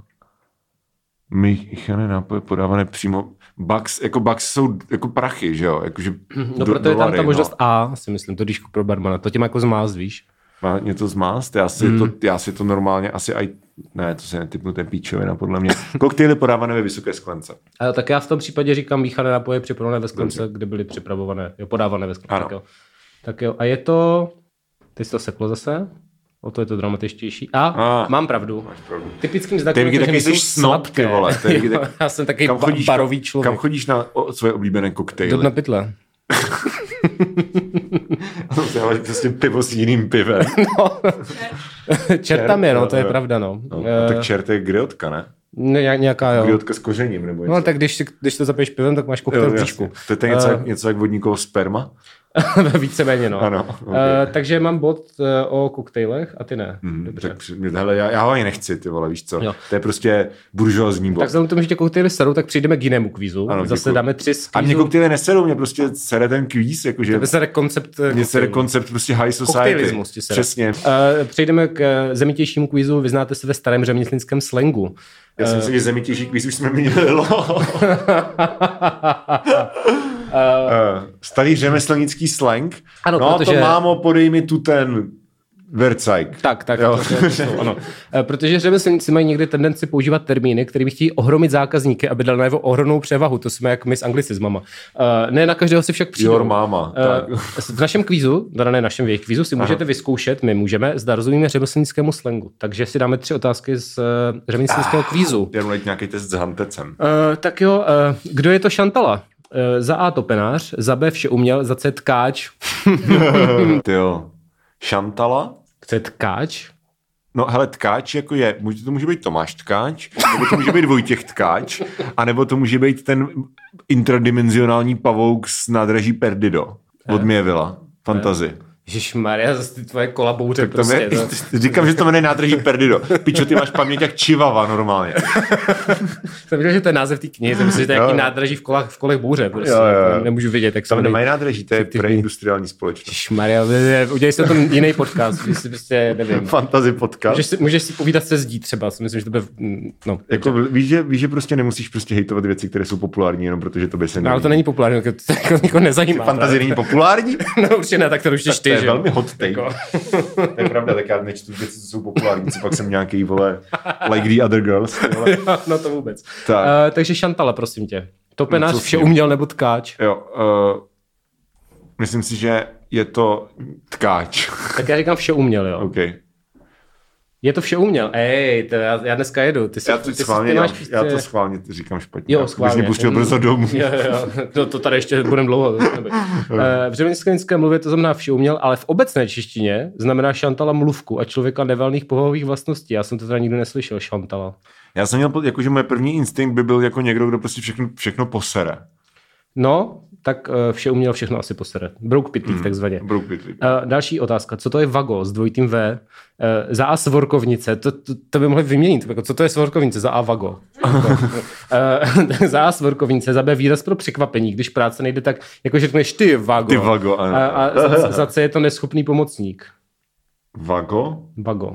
míchané nápoje podávané přímo. Bucks, jako Bucks jsou jako prachy, že jo? Jakože No, do, proto je tam dolary, ta možnost no. A, si myslím, to dýško pro barmana. To tě má jako zmást, víš? Má něco zmást? Já si, mm. to, já si to normálně asi aj... Ne, to se netypnu, to je píčovina, podle mě. Koktejly podávané ve vysoké sklence. A tak já v tom případě říkám míchané nápoje připravené ve sklence, Dobře. kde byly připravované, jo, podávané ve sklence. Tak jo. tak jo. A je to... Teď jsi to seklo zase? O to je to dramatičtější. A ah, mám pravdu. pravdu. Typickým znakem je to, že nejsou sladké. Vole, taky, tak... Já jsem takový kam chodíš, barový člověk. Kam chodíš na o, svoje oblíbené koktejly? Do dna pytle. To je pivo s jiným pivem. No. Čert tam je, no, to je pravda, no. no tak čert je griotka, ne? Ne, nějaká, jo. Griotka s kořením, nebo něco. No, tak když, když to zapiješ pivem, tak máš koktejl v bříšku. To je něco, uh, něco jak vodníkovo sperma? Víceméně, no. Ano, okay. uh, takže mám bod uh, o koktejlech a ty ne. Hmm, Dobře. Tak, hele, já, já ho ani nechci, ty vole, víš co? Jo. To je prostě buržoazní bod. Tak vzhledem k tomu, že tě koktejly serou, tak přijdeme k jinému kvízu. Ano, Zase děkuji. Dáme tři z kvízu. A mě koktejly neserou, mě prostě sere ten kvíz. Jakože... Tebe sere koncept Mě sere koncept prostě high society. Přesně. Uh, přejdeme k zemitějšímu kvízu. Vyznáte se ve starém řemeslnickém slangu. Já si myslím, že zemitější kvíz už jsme měli. Uh, starý řemeslnický slang. Ano, no protože... to mámo, podej mi tu ten vercajk. Tak, tak. To, to, to, to, ano. Protože řemeslníci mají někdy tendenci používat termíny, kterými chtějí ohromit zákazníky, aby dal najevo ohromnou převahu. To jsme jak my s anglicismama. Uh, ne na každého si však přijde. Your máma. Uh, v našem kvízu, teda ne našem jejich kvízu, si Aha. můžete vyzkoušet, my můžeme, zda rozumíme řemeslnickému slangu. Takže si dáme tři otázky z uh, řemeslnického ah, kvízu. Já budu nějaký test s hantecem. Uh, tak jo, uh, kdo je to Šantala? Uh, za A topenář, za B vše uměl, za C tkáč. Ty jo. Šantala? Chce tkáč? No hele, tkáč jako je, může, to může být Tomáš Tkáč, nebo to může být Vojtěch Tkáč, anebo to může být ten intradimenzionální pavouk z nádraží Perdido od Mievila. Fantasy. Ježišmarja, zase ty tvoje kola bouře Tak to prostě. mě, to... Říkám, že to jmenuje nádraží Perdido. Pičo, ty máš paměť jak čivava normálně. Jsem říkal, že to je název té knihy, jsem myslel, že to je nějaký nádraží v kolách, v kolech bouře. Prostě. Jo, jo, jo. Nemůžu vidět, jak se Tam jmenuje. nemají nádraží, to je Ty- preindustriální společnost. Ježišmarja, udělej si o tom jiný podcast, že si prostě, nevím. Fantasy podcast. Můžeš si, můžeš si povídat se zdí třeba, si myslím, že to bude, no. Jako, víš, že, víš, že prostě nemusíš prostě hejtovat věci, které jsou populární, jenom protože to by se No, ale to není populární, to, to jako nikoho nezajímá. Fantasy není populární? No určitě ne, tak to už Tak ty, to je že jo. velmi hot take. Jako. To je pravda, tak já nečtu věci, co jsou populární, co pak jsem nějaký, vole, like the other girls. Vole. No to vůbec. Tak. Uh, takže Šantala, prosím tě. Topenář, No, co s vše ním? uměl nebo tkáč. Jo, uh, myslím si, že je to tkáč. Tak já říkám vše uměl, jo. OK. Je to vše uměl. Ej, to já, já dneska jedu. Ty, si, Já to ty, si, schválně, ty já, máš prostě... já to schválně říkám špatně. Jo, Abys schválně. mě pustil brzo domů. Jo, jo, to, to tady ještě budeme dlouho. Uh, v řemeslnické mluvě to znamená vše uměl, ale v obecné češtině znamená Šantala mluvku a člověka nevalných povahových vlastností. Já jsem to teda nikdy neslyšel, Šantala. Já jsem měl, jako, že moje první instinkt by byl jako někdo, kdo prostě všechno, všechno posere. No, tak uh, vše uměl, všechno asi posere. Brouk pitlík, hmm. takzvaně. Brouk pitlík. Uh, další otázka. Co to je vago s dvojitým V? Uh, za A svorkovnice. To, to, to by mohli vyměnit. Jako, co to je svorkovnice? Za A vago. uh, za A svorkovnice. Za B výraz pro překvapení. Když práce nejde, tak jako řekneš ty vago. Ty vago, ano. A, a za, za C je to neschopný pomocník. Vago? Vago.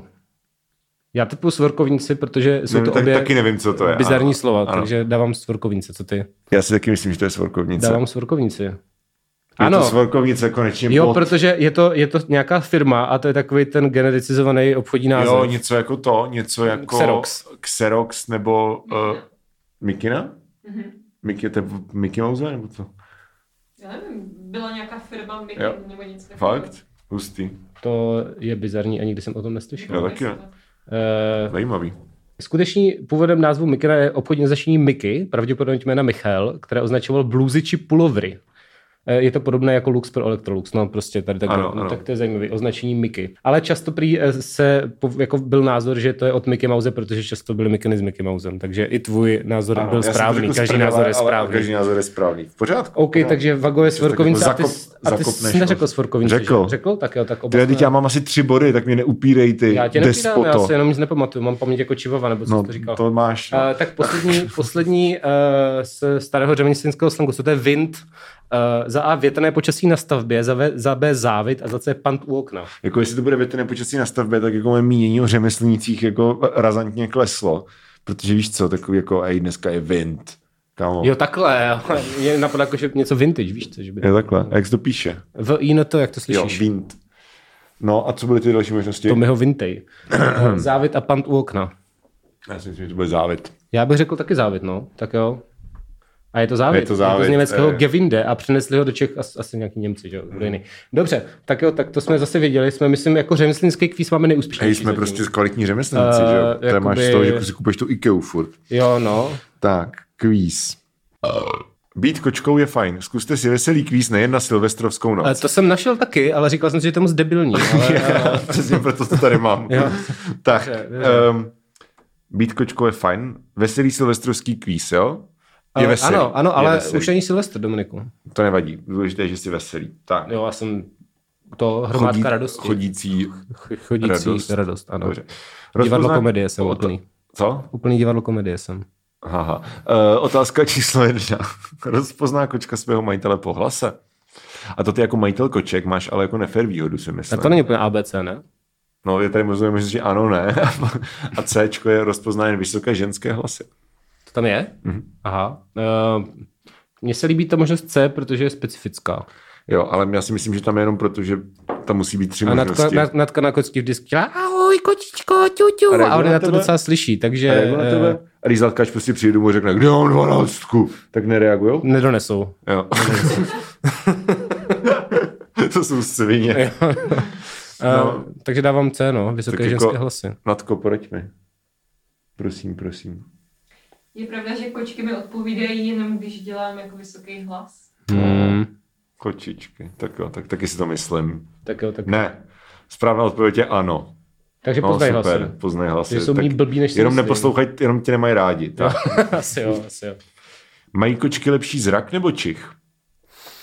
Já typu svorkovnici, protože jsou Nevím, to tak, obě taky nevím, co to je. bizarní ano. slova, Ano. takže dávám svorkovnice. Co ty? Já si taky myslím, že to je svorkovnice. Dávám svorkovnici. Je Ano. to svorkovnice konečně Jo, pod... protože je to, je to nějaká firma a to je takový ten genericizovaný obchodní název. Jo, něco jako to, něco jako... Xerox. Xerox nebo... Uh, Mikina? Mhm. Mickey, to je Mickey Mouse, nebo to? Já nevím, byla nějaká firma Mickey Jo. nebo něco takového. Fakt? Hustý. To je bizarní a nikdy jsem o tom neslyšel. Jo, taky ne. Eh, Zajímavý. Skutečný původem názvu Mikina je obchodní označení Mickey, pravděpodobně jména Michal, které označoval bluzy či pulovry. Eh, Je to podobné jako Lux pro Electrolux, no prostě tady takhle. Ano, No, ano. tak to je zajímavé označení Mickey. Ale často prý eh, se po- jako byl názor, že to je od Mickey Mouse, protože často byly Mikiny s Mickey Mousem, takže i tvůj názor Ano, byl já jsem to správný, řekl každý správně, názor je ale- ale správný. Každý názor je správný. V pořádku. OK, pořádku. takže Vago je svorkovnice a ty, Zakop- a ty zakopneš jsi neřekl ho. svorkovnice, Řekl. že? Řekl? Tak jo, tak Tyhle, obecně. teď já mám asi tři body, tak mě neupírej ty Já tě nepírám, já despoto. si jenom nic nepamatuju, mám paměť jako čivava, nebo co No, jsi to říkal. to máš. No. Uh, tak poslední, poslední uh, z starého řemeslnického slangu, co to je wind, uh, za A větrné počasí na stavbě, za, v, za B závit a za C pant u okna. Jako jestli to bude větrné počasí na stavbě, tak jako moje mínění o řemeslnících jako razantně kleslo. Protože víš co, takový jako ej, dneska je wind. Kámo. Jo, takhle, ale mě napadá jako, že něco vintage, víš co? Že by... Je takhle. A jak se to píše? V I N to, jak to Jo, slyšíš? wind. No a co byly ty další možnosti? To myho vintej. Uh, závit a pant u okna. Já si myslím, že to bude závit. Já bych řekl taky závit, no. Tak jo. A je to závit. Je to závit, Je to z německého eh. Gevinde a přinesli ho do Čech asi, asi nějaký Němci, že jo? Hmm. Dobře, tak jo, tak to jsme zase věděli. Jsme, myslím, jako řemeslnický kvíz máme nejúspěšnější. Hej, jsme zatím. prostě kvalitní řemeslníci, Eh, že jo? To jakoby- máš z toho, že si kupuješ tu Ikeu furt. Jo, no. Tak, kvíz. Být kočkou je fajn. Zkuste si veselý kvíz nejen na silvestrovskou noc. Ale to jsem našel taky, ale říkal jsem si, že to je moc debilní. Ale, Já, přesně proto to tady mám. Jo. Tak, Dobře, dobře. um, být kočkou je fajn. Veselý silvestrovský kvíz, jo? Je ale, veselý. ano, ano, je ale veselý. už není Silvestr, Dominiku. To nevadí. Důležité je, že jsi veselý. Tak. Jo, já jsem to hromádka Chodí- radosti. Chodící Ch- Chodící radost, radost. radost ano. Dobře. Divadlo Rozpozná- komedie jsem O- úplný. Co? Úplný divadlo komedie jsem. Haha. Uh, otázka číslo jedna. Rozpozná kočka svého majitele po hlase? A to ty jako majitel koček máš ale jako nefér výhodu, si myslím. A to není úplně A B C, ne? No, je tady možná že ano, ne. A Cčko je rozpozná jen vysoké ženské hlasy. To tam je? Mhm. Aha. Uh, mně se líbí ta možnost C, protože je specifická. Jo, ale já si myslím, že tam je jenom proto, že tam musí být tři A Natka, možnosti. na, Natka na kočky vždycky dělá ahoj kočičko, ťu, ťu. A A reaguje ona na na to tebe? docela slyší, takže A reaguje na tebe? eh, A když zatkač prostě přijde domů a řekne, kde mám dvanáctku, tak nereagujou? nedonesou. Jo. To jsou svině. No. Uh, takže dávám C, no, vysoké Tak jako- ženské hlasy. Natko, poraď mi. Prosím, prosím. Je pravda, že kočky mi odpovídají jenom, když dělám jako vysoký hlas. Hmm. Kočičky. Tak jo, tak taky si to myslím. Tak jo, tak. Ne. Správná odpověď je ano. Takže No, poznaj super, hlasy. poznaj hlasy. Že jsou Tak méně blbý, než si jenom myslím. neposlouchaj, jenom tě nemají rádi. Tak. asi jo, asi jo. Mají kočky lepší zrak nebo čich?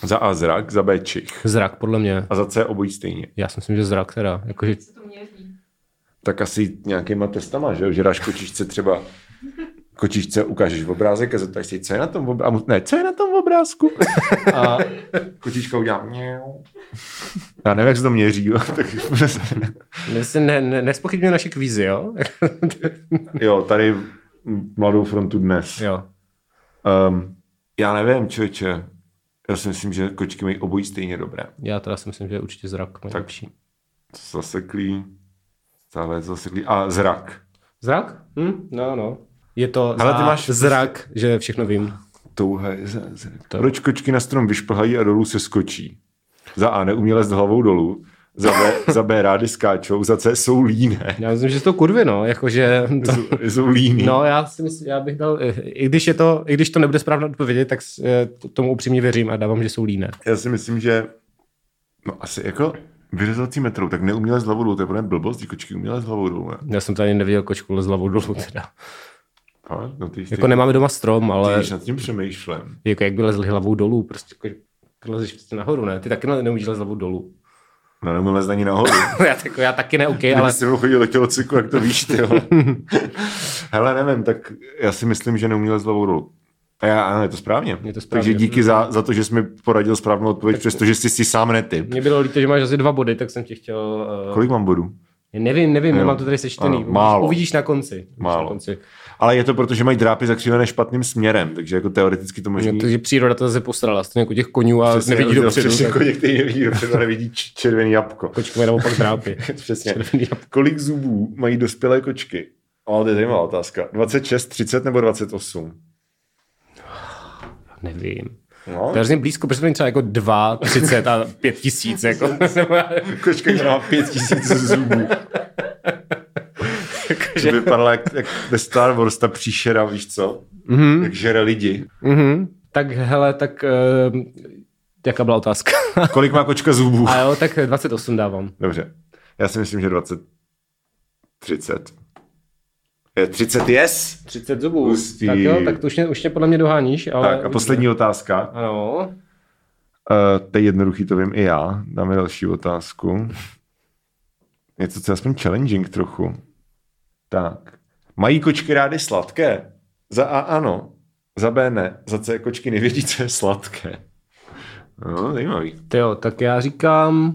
Za A zrak, za B čich. Zrak, podle mě. A za C obojí stejně. Já si myslím, že zrak teda. Jakože... Se to měří. Tak asi nějakýma testama, že jo? Že dáš kočičce třeba, kočičce ukážeš obrázek a zeptáš si, co je na tom obrázku. Ne, co je na tom obrázku? A kočička udělá mňau. Já nevím, jak se to měří, jo? ne, ne, nespochybňuje naše kvízy, jo? Jo, tady Mladou frontu dnes. Jo. Um, já nevím, člověče. Já si myslím, že kočky mají obojí stejně dobré. Já teda si myslím, že je určitě zrak tak lepší. Zaseklý. Tahle zaseklý. A zrak. Zrak? Hm? No, no. Je to ale ty máš zrak, že všechno vím. Touha je za zrak. Proč kočky na strom vyšplhají a dolů se skočí? Za A neuměle s hlavou dolů. Za B, za B rády skáčou. Za C jsou líné. Já myslím, že jsou kurvy, no. Jakože... To... Jsou, jsou líní. No, já si myslím, já bych dal... I když, je to, I když to nebude správně odpovědět, tak tomu upřímně věřím a dávám, že jsou líné. Já si myslím, že... No asi jako... Vyřezací metrou, tak neuměle s hlavou dolů. To je podle blbost, tí kočky uměle s hlavou dolů. Ne? Já jsem tady neviděl kočku s hlavou dolů teda. A, no ty, jako ty, nemáme doma strom, ale... Ty když nad tím přemýšlem. Jako jak by lezli hlavou dolů, prostě jako, lezeš prostě nahoru, ne? Ty taky neumíš lez hlavou dolů. No neumím lez ani nahoru. já, tak, já taky ne, OK, ale... Když jsi chodil do tělocviku, jak to víš, ty jo. Hele, nevím, tak já si myslím, že neumí lez hlavou dolů. A já, ano, je to správně. Je to správně. Takže díky za, za to, že jsi mi poradil správnou odpověď, tak... přestože jsi si sám netyp. Mně bylo líto, že máš asi dva body, tak jsem ti chtěl... Uh... Kolik mám bodů? Nevím, nevím, nemám to tady sečtený. Ano, málo. Uvidíš na konci. Uvidíš málo. Na konci. Ale je to proto, že mají drápy zakřívené špatným směrem, takže jako teoreticky to možný... Takže příroda to zase posrala, stejně jako těch koňů a přesně, nevidí dopředu. Přesně, tak... koně, který nevidí dopředu a nevidí červený jabko. Kočky mají naopak drápy. Přesně. Kolik zubů mají dospělé kočky? Ale to je zajímavá otázka. dvacet šest, třicet nebo dvacet osm? Nevím. No. To je hrozně blízko, protože to třeba jako dva, třicet a pět tisíc. Jako. Kočka měla pět tisíc zubů. To vypadalo jak, jak ve Star Wars, ta příšera, víš co? Mm-hmm. Jak žere lidi. Mm-hmm. Tak hele, tak uh, jaká byla otázka? Kolik má kočka zubů? A jo, tak dvacet osm dávám. Dobře. Já si myslím, že dvacet, třicet. Je třicet yes? třicet zubů. Pustý. Tak jo, tak to už mě, už mě podle mě doháníš. Ale... Tak a poslední otázka. Ano. Uh, to je jednoduchý, to vím i já. Dáme další otázku. Něco, co je aspoň challenging trochu. Tak. Mají kočky rády sladké? Za A ano. Za B ne. Za C kočky nevědí, co je sladké. No, zajímavý. Jo, tak já říkám...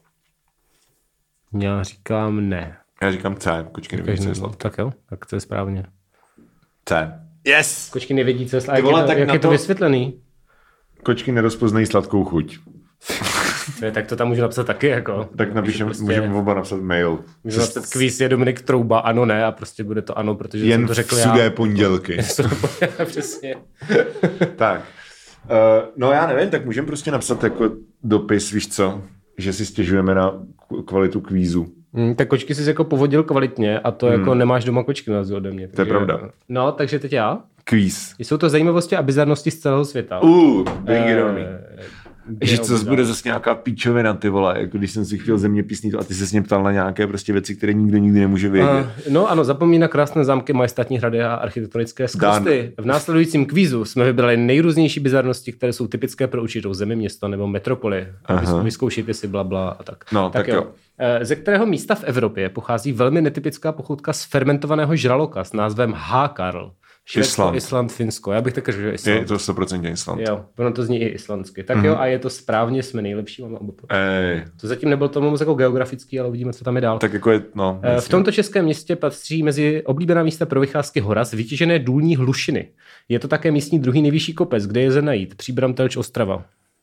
Já říkám ne. Já říkám C. Kočky nevědí, co je sladké. Tak jo, tak to je správně. C. Yes! Kočky nevědí, co je sladké. Jak, vole, je to, jak je to to vysvětlený? Kočky nerozpoznají sladkou chuť. Ne, tak to tam můžu napsat taky, jako. Tak napíšem, prostě... můžeme oba napsat mail. Můžu napsat kvíz je Dominik Trouba, ano, ne, a prostě bude to ano, protože jen jsem to řekl já. Jen sudé pondělky. Přesně. Tak. Uh, no já nevím, tak můžeme prostě napsat jako dopis, víš co, že si stěžujeme na kvalitu kvízu. Hmm, tak kočky jsi jako povodil kvalitně a to hmm. jako nemáš doma kočky na ode mě. Takže, to je pravda. No, takže teď já. Kvíz. Jsou to zajímavosti a bizarnosti z celého světa. Uh, bring it on me. Eh, že co bude zase nějaká píčovina, ty vole, jako když jsem si chtěl zeměpisný to a ty se s mě ptal na nějaké prostě věci, které nikdo nikdy nemůže vědět. Uh, no ano, zapomíná na krásné zámky, majestátní hrady a architektonické skvosty. V následujícím kvízu jsme vybrali nejrůznější bizarnosti, které jsou typické pro určitou zemi, město nebo metropoli. Vyzkoušejte si blabla a tak. No, tak, tak jo. jo. Ze kterého místa v Evropě pochází velmi netypická pochoutka z fermentovaného žraloka s názvem H-Karl? Švédsko, Island. Island, Finsko. Já bych tak řekl, že Island. Je to sto procent Island. Jo, ono to zní i islandsky. Tak mm-hmm. jo, a je to správně, jsme nejlepší. Máme Ej. To zatím nebylo to moc jako geografický, ale uvidíme, co tam je dál. Tak jako je, no. V tomto českém městě patří mezi oblíbená místa pro vycházky hora z vytížené důlní hlušiny. Je to také místní druhý nejvyšší kopec, kde je lze najít. Příbram, Telč, Ostrava.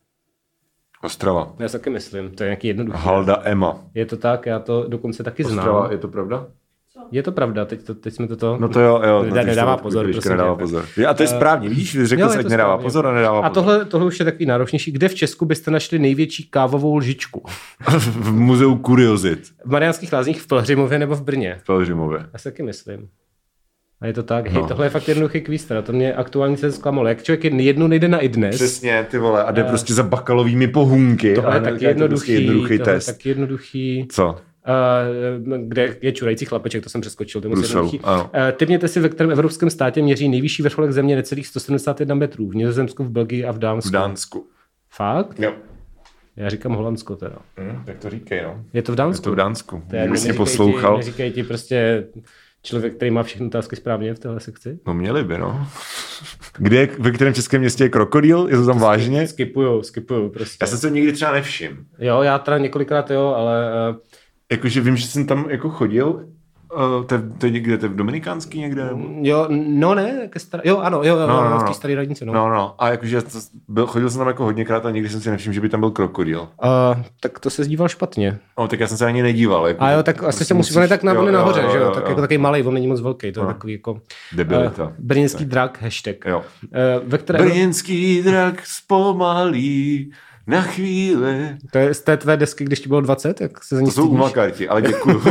Ostrava. Já si taky myslím, to je nějaký jednoduchý. Halda Emma. Je to tak, já to dokonce taky znám. Ostrava, je to pravda? Je to pravda, teď, to, teď jsme toto... No to jo, jo. No, nedává to, pozor, prosím. Nedává pozor. A to je správně, vidíš, řekl jsi, ať nedává pozor a nedává pozor. A tohle, tohle už je takový náročnější. Kde v Česku byste našli největší kávovou lžičku? V muzeu kuriozit. V Mariánských Lázních, v Pelhřimově nebo v Brně? V Pelhřimově. Já si taky myslím. A je to tak, hej, no. Tohle je fakt jednoduchý kvíz, teda to mě aktuálně se zklamalo. Jak člověk jednou nejde na iDnes. Přesně, ty vole, a jde uh, prostě za bakalovými pohůnky. Tohle je taky jednoduchý, jednoduchý tohle test. je taky jednoduchý. Co? Uh, kde je čurající chlapeček, to jsem přeskočil. Brusel, uh, typněte si, ve kterém evropském státě měří nejvyšší vrcholek země necelých sto sedmdesát jedna metrů. V Nizozemsku, v Belgii a v Dánsku. V Dánsku. Fakt? Jo. Já říkám Holandsko teda. Hmm, tak to říkej, no. Je to v Dánsku? Je to v Dánsku. To je, Kdyby jsi neříkej poslouchal. Ti, neříkej ti prostě člověk, který má všechny otázky správně v téhle sekci. No měli by, no. Kde je, ve kterém českém městě je krokodýl? Je to tam vážně? Skipujou, skipujou prostě. Já jsem se nikdy třeba nevšiml. Jo, já teda několikrát jo, ale... Uh... Jakože vím, že jsem tam jako chodil. Uh, to, je, to je někde, to je v Dominikánský někde? Jo, no ne, ke star... jo, ano, jo, jo, no, no, no. v té staré radnici, no. No, no, a jakože to byl, chodil jsem tam jako hodněkrát a nikdy jsem si nevšiml, že by tam byl krokodýl. Uh, tak to se díval špatně. No, tak já jsem se ani nedíval. Jako, a jo, tak asi se musí, on je tak na, jo, nahoře, jo, jo, že jo, jo tak jo. Jako takový malej, on není moc velký, to je no. Takový jako... Debilita. Uh, brněnský drak, hashtag. Jo. Uh, ve které... Brněnský drak zpomalí na chvíli. To je z té tvé desky, když ti bylo dvacet, jak se za ní To jsou umakarti, ale děkuju.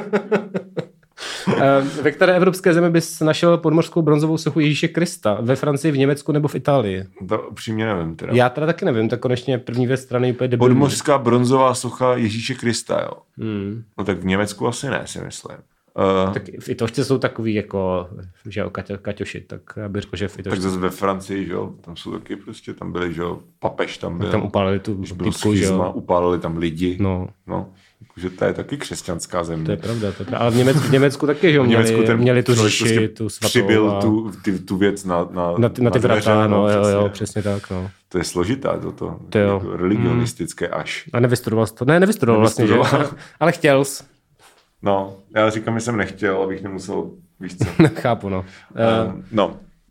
Ve které evropské zemi bys našel podmořskou bronzovou sochu Ježíše Krista? Ve Francii, v Německu nebo v Itálii? To upřímně nevím teda. Já teda taky nevím, tak konečně první věc strany úplně debilní. Podmořská bronzová socha Ježíše Krista, jo. Hmm. No tak v Německu asi ne, si myslím. Uh, tak v Itošce jsou takový jako, že jo, kaťo, kaťoši, tak já bych řekl, že v Itošce. Tak zase ve Francii, že jo, tam jsou taky prostě, tam byli, že jo, papež tam byl. Tak tam upálili tu týpku, že jo. Upálili tam lidi. No. No. Že to je taky křesťanská země. To je pravda, to je pravda. Ale v Německu, v Německu taky, že jo, měli, ten měli tu říši, prostě tu svatou. Přibyl a... tu, ty, tu věc na, na, na, ty, na ty vrata, no, jo, jo, přesně tak, no. To je složitá toto, to jako religionistické mm. až. A nevystudoval jsi to? Ne, nevystudoval vlastně, že? Ale chtěl jsi. No, já říkám, že jsem nechtěl, abych nemusel, víš co. Chápu, no. Uh, no.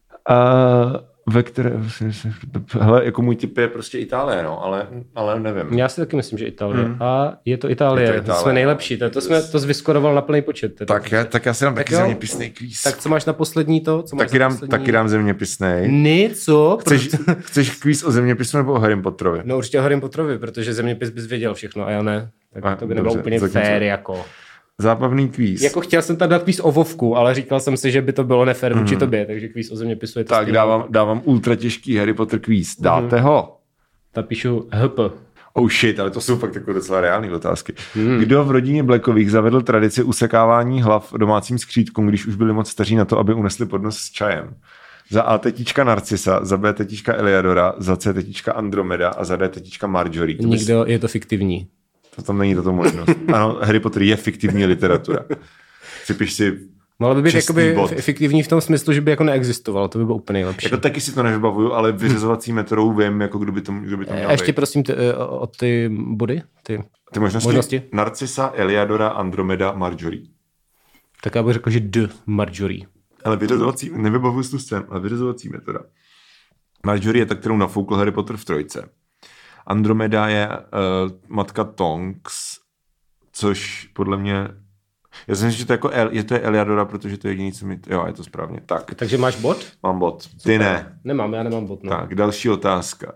Uh, ve které, hele, jako můj typ je prostě Itálie, no, ale, ale nevím. Já si taky myslím, že Itálie. Hmm. A je to Itálie, je to Itálie. Jsme nejlepší. To, to jsme to zvyskoroval na plný počet. Teda. Tak, já, tak já si dám tak taky zeměpisný kvíz. Tak co máš na poslední to? Co máš taky, dám, poslední... taky dám zeměpisný. Ne, co? Chceš, chceš kvíz o zeměpisu nebo o Harrym Potterovi? No určitě o Harrym Potterovi, protože zeměpis bys věděl všechno a já ne. Tak a, to by nebylo úplně fér jako... Zábavný kvíz. Jako chtěl jsem tam dát kvíz o Vovku, ale říkal jsem si, že by to bylo nefér vůči mm. tobě, takže kvíz o zeměpisu je to tak dávám, dávám ultra těžký Harry Potter kvíz. Dáte mm. ho? Napíšu H P. Oh shit, ale to jsou fakt takové docela reální otázky. Mm. Kdo v rodině Blackových zavedl tradici usekávání hlav domácím skřítkům, když už byli moc staří na to, aby unesli podnos s čajem? Za A tetička Narcisa, za B tetička Eliadora, za C tetička Andromeda a za D tetička Marjorie. To Nikdo, bys... je to fiktivní. To tam není tato možnost. Ano, Harry Potter je fiktivní literatura. Připiš si mohlo by být jakoby fiktivní v tom smyslu, že by jako neexistoval, to by bylo úplně nejlepší. Jako taky si to nevybavuju, ale vyřazovací metodou vím, jako kdo by to, kdo by to měl ještě být. prosím ty, o ty body, ty, ty možnosti? možnosti. Narcisa, Eliadora, Andromeda, Marjorie. Tak já bych řekl, že D, Marjorie. Ale vyřazovací, nevybavuju si tu scénu, ale vyřazovací metoda. Marjorie je ta, kterou nafoukl Harry Potter v trojce. Andromeda je uh, matka Tonks, což podle mě... Já si myslím, že to, jako El, je to je Eliadora, protože to je jediný, co mi... Jo, je to správně. Tak. Takže máš bod? Mám bod. Ty ne. Nemám, já nemám bod. No. Tak, další otázka.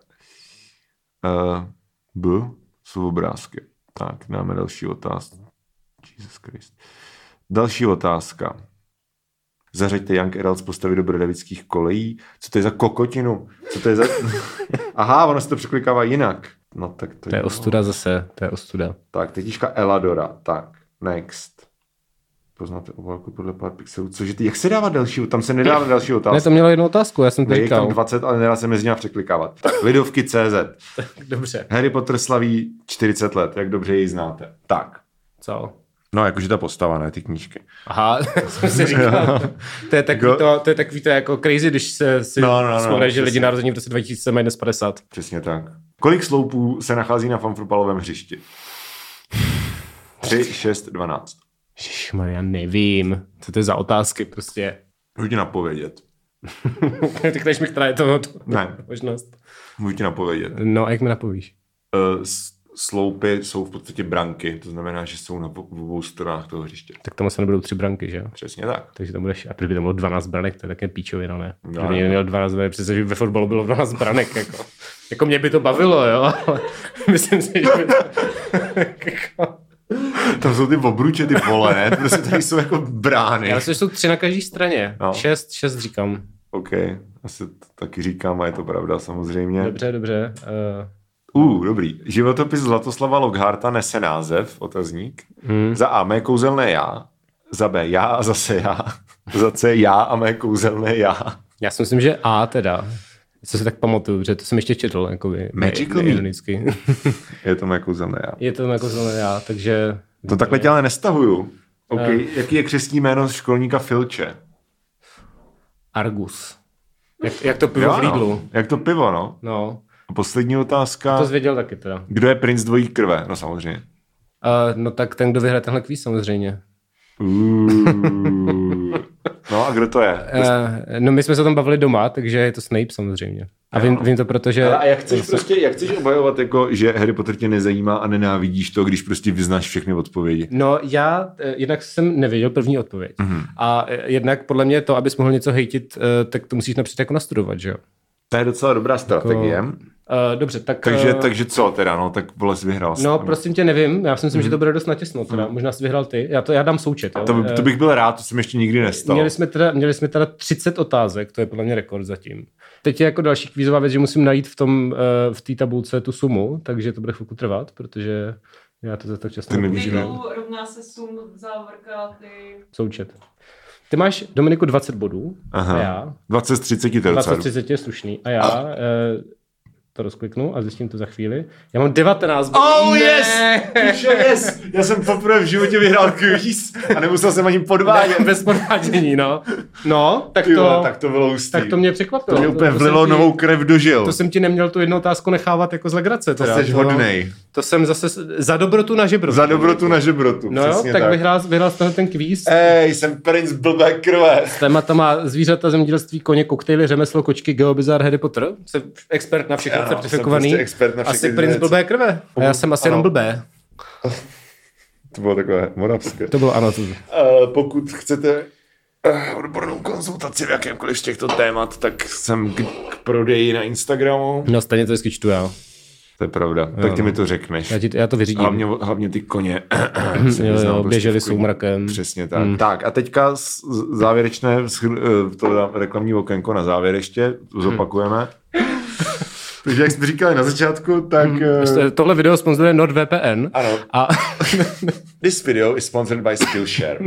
Uh, B jsou obrázky. Tak, dáme další otázku. Jesus Christ. Další otázka. Zařaďte Young Adults postavy do brdavických kolejí. Co to je za kokotinu? Co to je za... Aha, ono se to překlikává jinak. No, tak to, to je ostuda zase, to je ostuda. Tak, tetička Eladora. Tak, next. Poznáte obálku podle pár pixelů. Cože ty, jak se dává další? Tam se nedává další otázka. Ne, to mělo jednu otázku, já jsem to říkal. Je tam dvacet, ale nedá se mezi nimi překlikávat. Tak, Lidovky tečka cé zet. Dobře. Harry Potter slaví čtyřicet let, jak dobře jej znáte. Tak. Co? No, jakože ta postava, ne ty knížky. Aha, jsem si říkal. to, je takový to, to je takový to jako crazy, když se si no, no, no, vzpomene, že lidi narození v roce dva tisíce mají dnes padesát. Přesně tak. Kolik sloupů se nachází na Fanfrupalovém hřišti? tři, šest, dvanáct. Ježišmarja, já nevím. Co to je za otázky prostě. Můžu ti napovědět. Ty chceš mi, která je to ne. možnost. Můžu ti napovědět. No, a jak mi napovíš? Uh, sloupy jsou v podstatě branky, to znamená, že jsou na obou stranách toho hřiště. Tak tam asi nebudou tři branky, že jo? Přesně tak. Takže tam budeš, a kdyby tam bylo dvanáct branek, to je také píčovina, ne? No, kdyby někdo měl dvanáct branek, přece, že ve fotbalu bylo dvanáct branek, jako. Jako mě by to bavilo, jo, ale myslím si, že by to... Tam jsou ty obruče, ty vole, ne? Prostě tady jsou jako brány. Já myslím, že jsou tři na každé straně. No. Šest, šest říkám. OK, asi to taky říkám a je to pravda samozřejmě. Dobře, dobře. Uh... Uh, dobrý. Životopis Zlatoslava Lockharta nese název, otazník. Hmm. Za A, mé kouzelné já. Za B, já a zase já. Za C, já a mé kouzelné já. Já si myslím, že A teda. Co si tak pamatuju, že to jsem ještě četl, jakoby. Magical ne, Me. ironicky. Je to jako zelené já. Je to jako zelené já, takže... To takhle tě ale nestahuju. Okay. Ne. Jaký je křestní jméno školníka Filče? Argus. Jak, jak to pivo Jo, v Lidlu. no. Jak to pivo, no. No. A poslední otázka. To zvěděl taky teda. Kdo je princ dvojí krve? No samozřejmě. Uh, no tak ten, kdo vyhraje tenhle kvíz samozřejmě. Uh. No a kdo to je? Uh, no my jsme se o tom bavili doma, takže je to Snape samozřejmě. A vím, vím to proto, že... A jak chceš prostě, jak chceš obhajovat, jako, že Harry Potter tě nezajímá a nenávidíš to, když prostě vyznáš všechny odpovědi? No já eh, jednak jsem nevěděl první odpověď. Mm-hmm. A eh, jednak podle mě to, abys mohl něco hejtit, eh, tak to musíš napřed jako nastudovat, že jo? To je docela dobrá strategie. Jako, uh, dobře, tak... Takže, uh, takže co teda, no, tak vole jsi vyhrál. No, sám. prosím tě, nevím. Já si myslím, mm. že Mhm. to bude dost natěsno. Teda. Mm. Možná jsi vyhrál ty. Já to já dám součet. Jo. To, to bych byl rád, to jsem ještě nikdy nestal. Měli jsme, teda, měli jsme teda třicet otázek, to je podle mě rekord zatím. Teď je jako další kvízová věc, že musím najít v tom uh, v té tabulce tu sumu, takže to bude chvilku trvat, protože já to za tak často nepoužívám. Rovná se sum závorka, ty... Součet. Ty máš, Dominiku, dvacet bodů. Aha. A já. dvacet z třiceti, to je dvacet docela. z třiceti je slušný. A já uh, to rozkliknu a zjistím to za chvíli. Já mám devatenáct bodů. Oh yes! Píše yes! Já jsem poprvé v životě vyhrál kvíz a nemusel jsem ani podvádět. Ne, bez podvádění, no. No, tak Ty to, vole, tak to bylo hustý. tak to mě překvapilo. To mě úplně to vlilo jsem ti- novou krev do žil. To jsem ti neměl tu jednu otázku nechávat jako z legrace. To Teda. jsi hodnej. To jsem zase s- za dobrotu na žebrotu. Za dobrotu na žebrotu. No jo, přesně tak, tak. vyhrál, vyhrál jsi tenhle ten kvíz. Ej, jsem princ blbé krve. S tématama zvířata, zemědělství, koně, koktejly, řemeslo, kočky, geobizár, Harry Potter. Jsi expert na všechno Ano, jsem certifikovaný. prostě expert na všechny Asi ty princ věci. blbé krve. A já jsem asi Ano. jenom blbé. To bylo takové moravské. To bylo ano. To... Uh, pokud chcete uh, odbornou konzultaci v jakémkoliv z těchto témat, tak jsem k, k prodeji na Instagramu. No stejně to vždycky čtu já. To je pravda. Jo, Tak ty no. mi to řekneš. Já, ti, já to vyřídím. Hlavně, hlavně ty koně. se jo, neznám jo, prostě běželi v koní. soumrakem. Přesně tak. Hmm. Tak a teďka z- závěrečné schr- eh, to dám reklamní okénko na závěr ještě, to zopakujeme. Takže jak jsme říkali na začátku, tak... eh, Tohle video sponzoruje NordVPN. Ano. A This video is sponsored by Skillshare.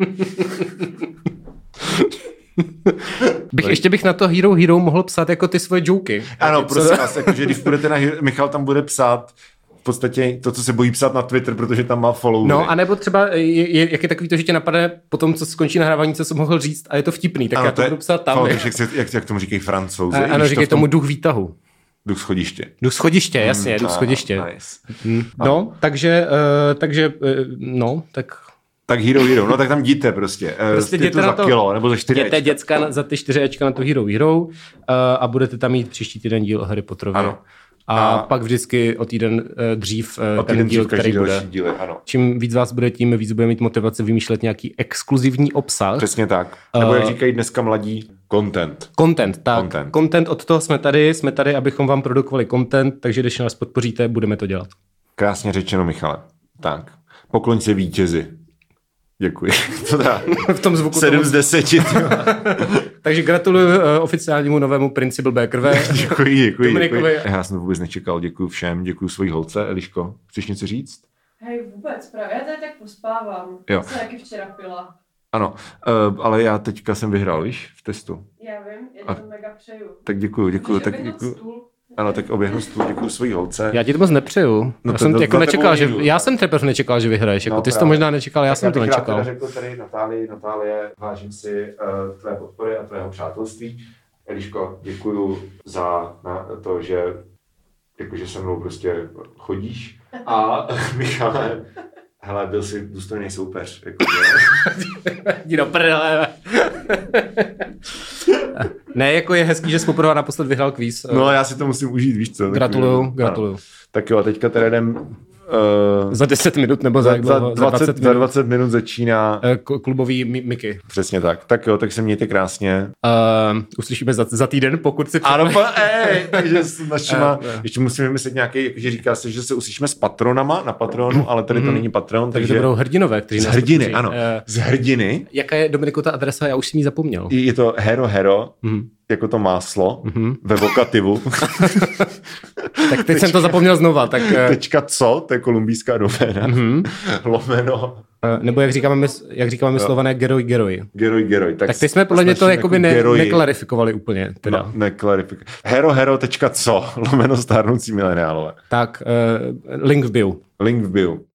bych, ještě bych na to Hero Hero mohl psát jako ty svoje joky. Ano, Co- prosím vás, jakože když budete na... Michal tam bude psát v podstatě to, co se bojí psát na Twitter, protože tam má followery. No, anebo třeba, je, je, jak je takový to, že tě napadne po tom, co skončí nahrávání, co jsem mohl říct a je to vtipný, tak Ano, já to je- budu psát tam. Falo, jak, jak, jak, jak tomu říkají Francouzi. A, i ano, když říkej to v tom- tomu duch výtahu. Duch schodiště. Duch schodiště, jasně, Mm, duch ah, schodiště. Nice. Hm. No, takže, uh, takže, uh, no, tak Tak Hero Hero, no tak tam jděte prostě. Prostě prostě jděte to na za to- kilo, nebo za čtyři jděte ečka. děcka na, za ty čtyři Ečka na to Hero Hero uh, a budete tam mít příští týden díl o Harry Potterovi. Ano. A, A- pak vždycky o týden uh, dřív uh, O ten týden díl, dřív každý který bude. další díly, ano. Čím víc vás bude, tím víc bude mít motivace vymýšlet nějaký exkluzivní obsah. Přesně tak. Nebo jak Uh, říkají dneska mladí, content. Content, tak. Content. Content, od toho jsme tady, jsme tady, abychom vám produkovali content, takže když nás podpoříte, budeme to dělat. Krásně řečeno, Michale. Tak, pokloň se vítězi. Děkuji. To dá. V tom zvuku. Sedm tomu- z deseti. Takže gratuluju uh, oficiálnímu novému princi blbé krve. Děkuji, děkuji, Dominikovi. děkuji. Já jsem to vůbec nečekal. Děkuji všem, děkuji svojí holce. Eliško, chceš něco říct? Hej, vůbec, právě, já tady tak pospávám. Jo. Já jsem taky včera pila. Ano, uh, ale já teďka jsem vyhrál, víš, v testu. Já vím, já A- to mega přeju. Tak děkuji, děkuji, Můžeš tak oběhnout děkuji. stůl? Ano, tak oběhnu stůl, děkuji svojí holce. Já ti to moc nepřeju. No No já to- jsem to- jako za nečekal, tebou že, nejdu. já jsem teprve nečekal, že vyhraješ. Jako, No, ty jsi to právě. možná nečekal, já Tak jsem to bych rád nečekal. teda řekl tady Natálii, Natálie, vážím si uh, tvé podpory a tvého přátelství. Eliško, děkuju za na to, že jakože se mnou prostě chodíš. A Michale, hele, byl jsi důstojný soupeř. Jakože. Jdi do prdele. Ne, jako je hezký, že jsi poprvé naposled vyhrál kvíz. No já si to musím užít, víš co? Gratuluju, Ano. gratuluju. Tak jo, a teďka teda jdem... Uh, Za deset minut nebo za, za, jak za, dlouho? dvacet, dvacet za minut. dvacet minut začíná. Eh, k- Klubový mi- miky. Přesně tak. Tak jo, tak se mějte krásně. Uh, uslyšíme za, za týden, pokud si... Ano, pa, ej, takže s našima, Eh, eh. ještě musíme vymyslet nějaký, jakože říká se, že se uslyšíme s patronama na Patronu, ale tady to není Patron, Takže takže to budou hrdinové, kteří z nás hrdiny, podpoří. ano, Eh, z hrdiny. Jaká je, Dominiku, ta adresa? Já už jsem ji zapomněl. Je to hero hero, Mhm. jako to máslo, Mhm. ve vokativu. Tak teď jsem to zapomněl znova, tak... eh, Tečka co, to je kolumbijská doména, mhm. lomeno Uh, nebo jak říkáme my, jak říkáme my Slované, geroj, geroj. Geroj, geroj. Tak, tak ty jsme podle mě to jakoby ne, neklarifikovali úplně. Teda. No, neklarifikovali. Hero, hero, tečka co, lomeno stárnoucí mileniálové. Tak, uh, link v bio. Link v bio.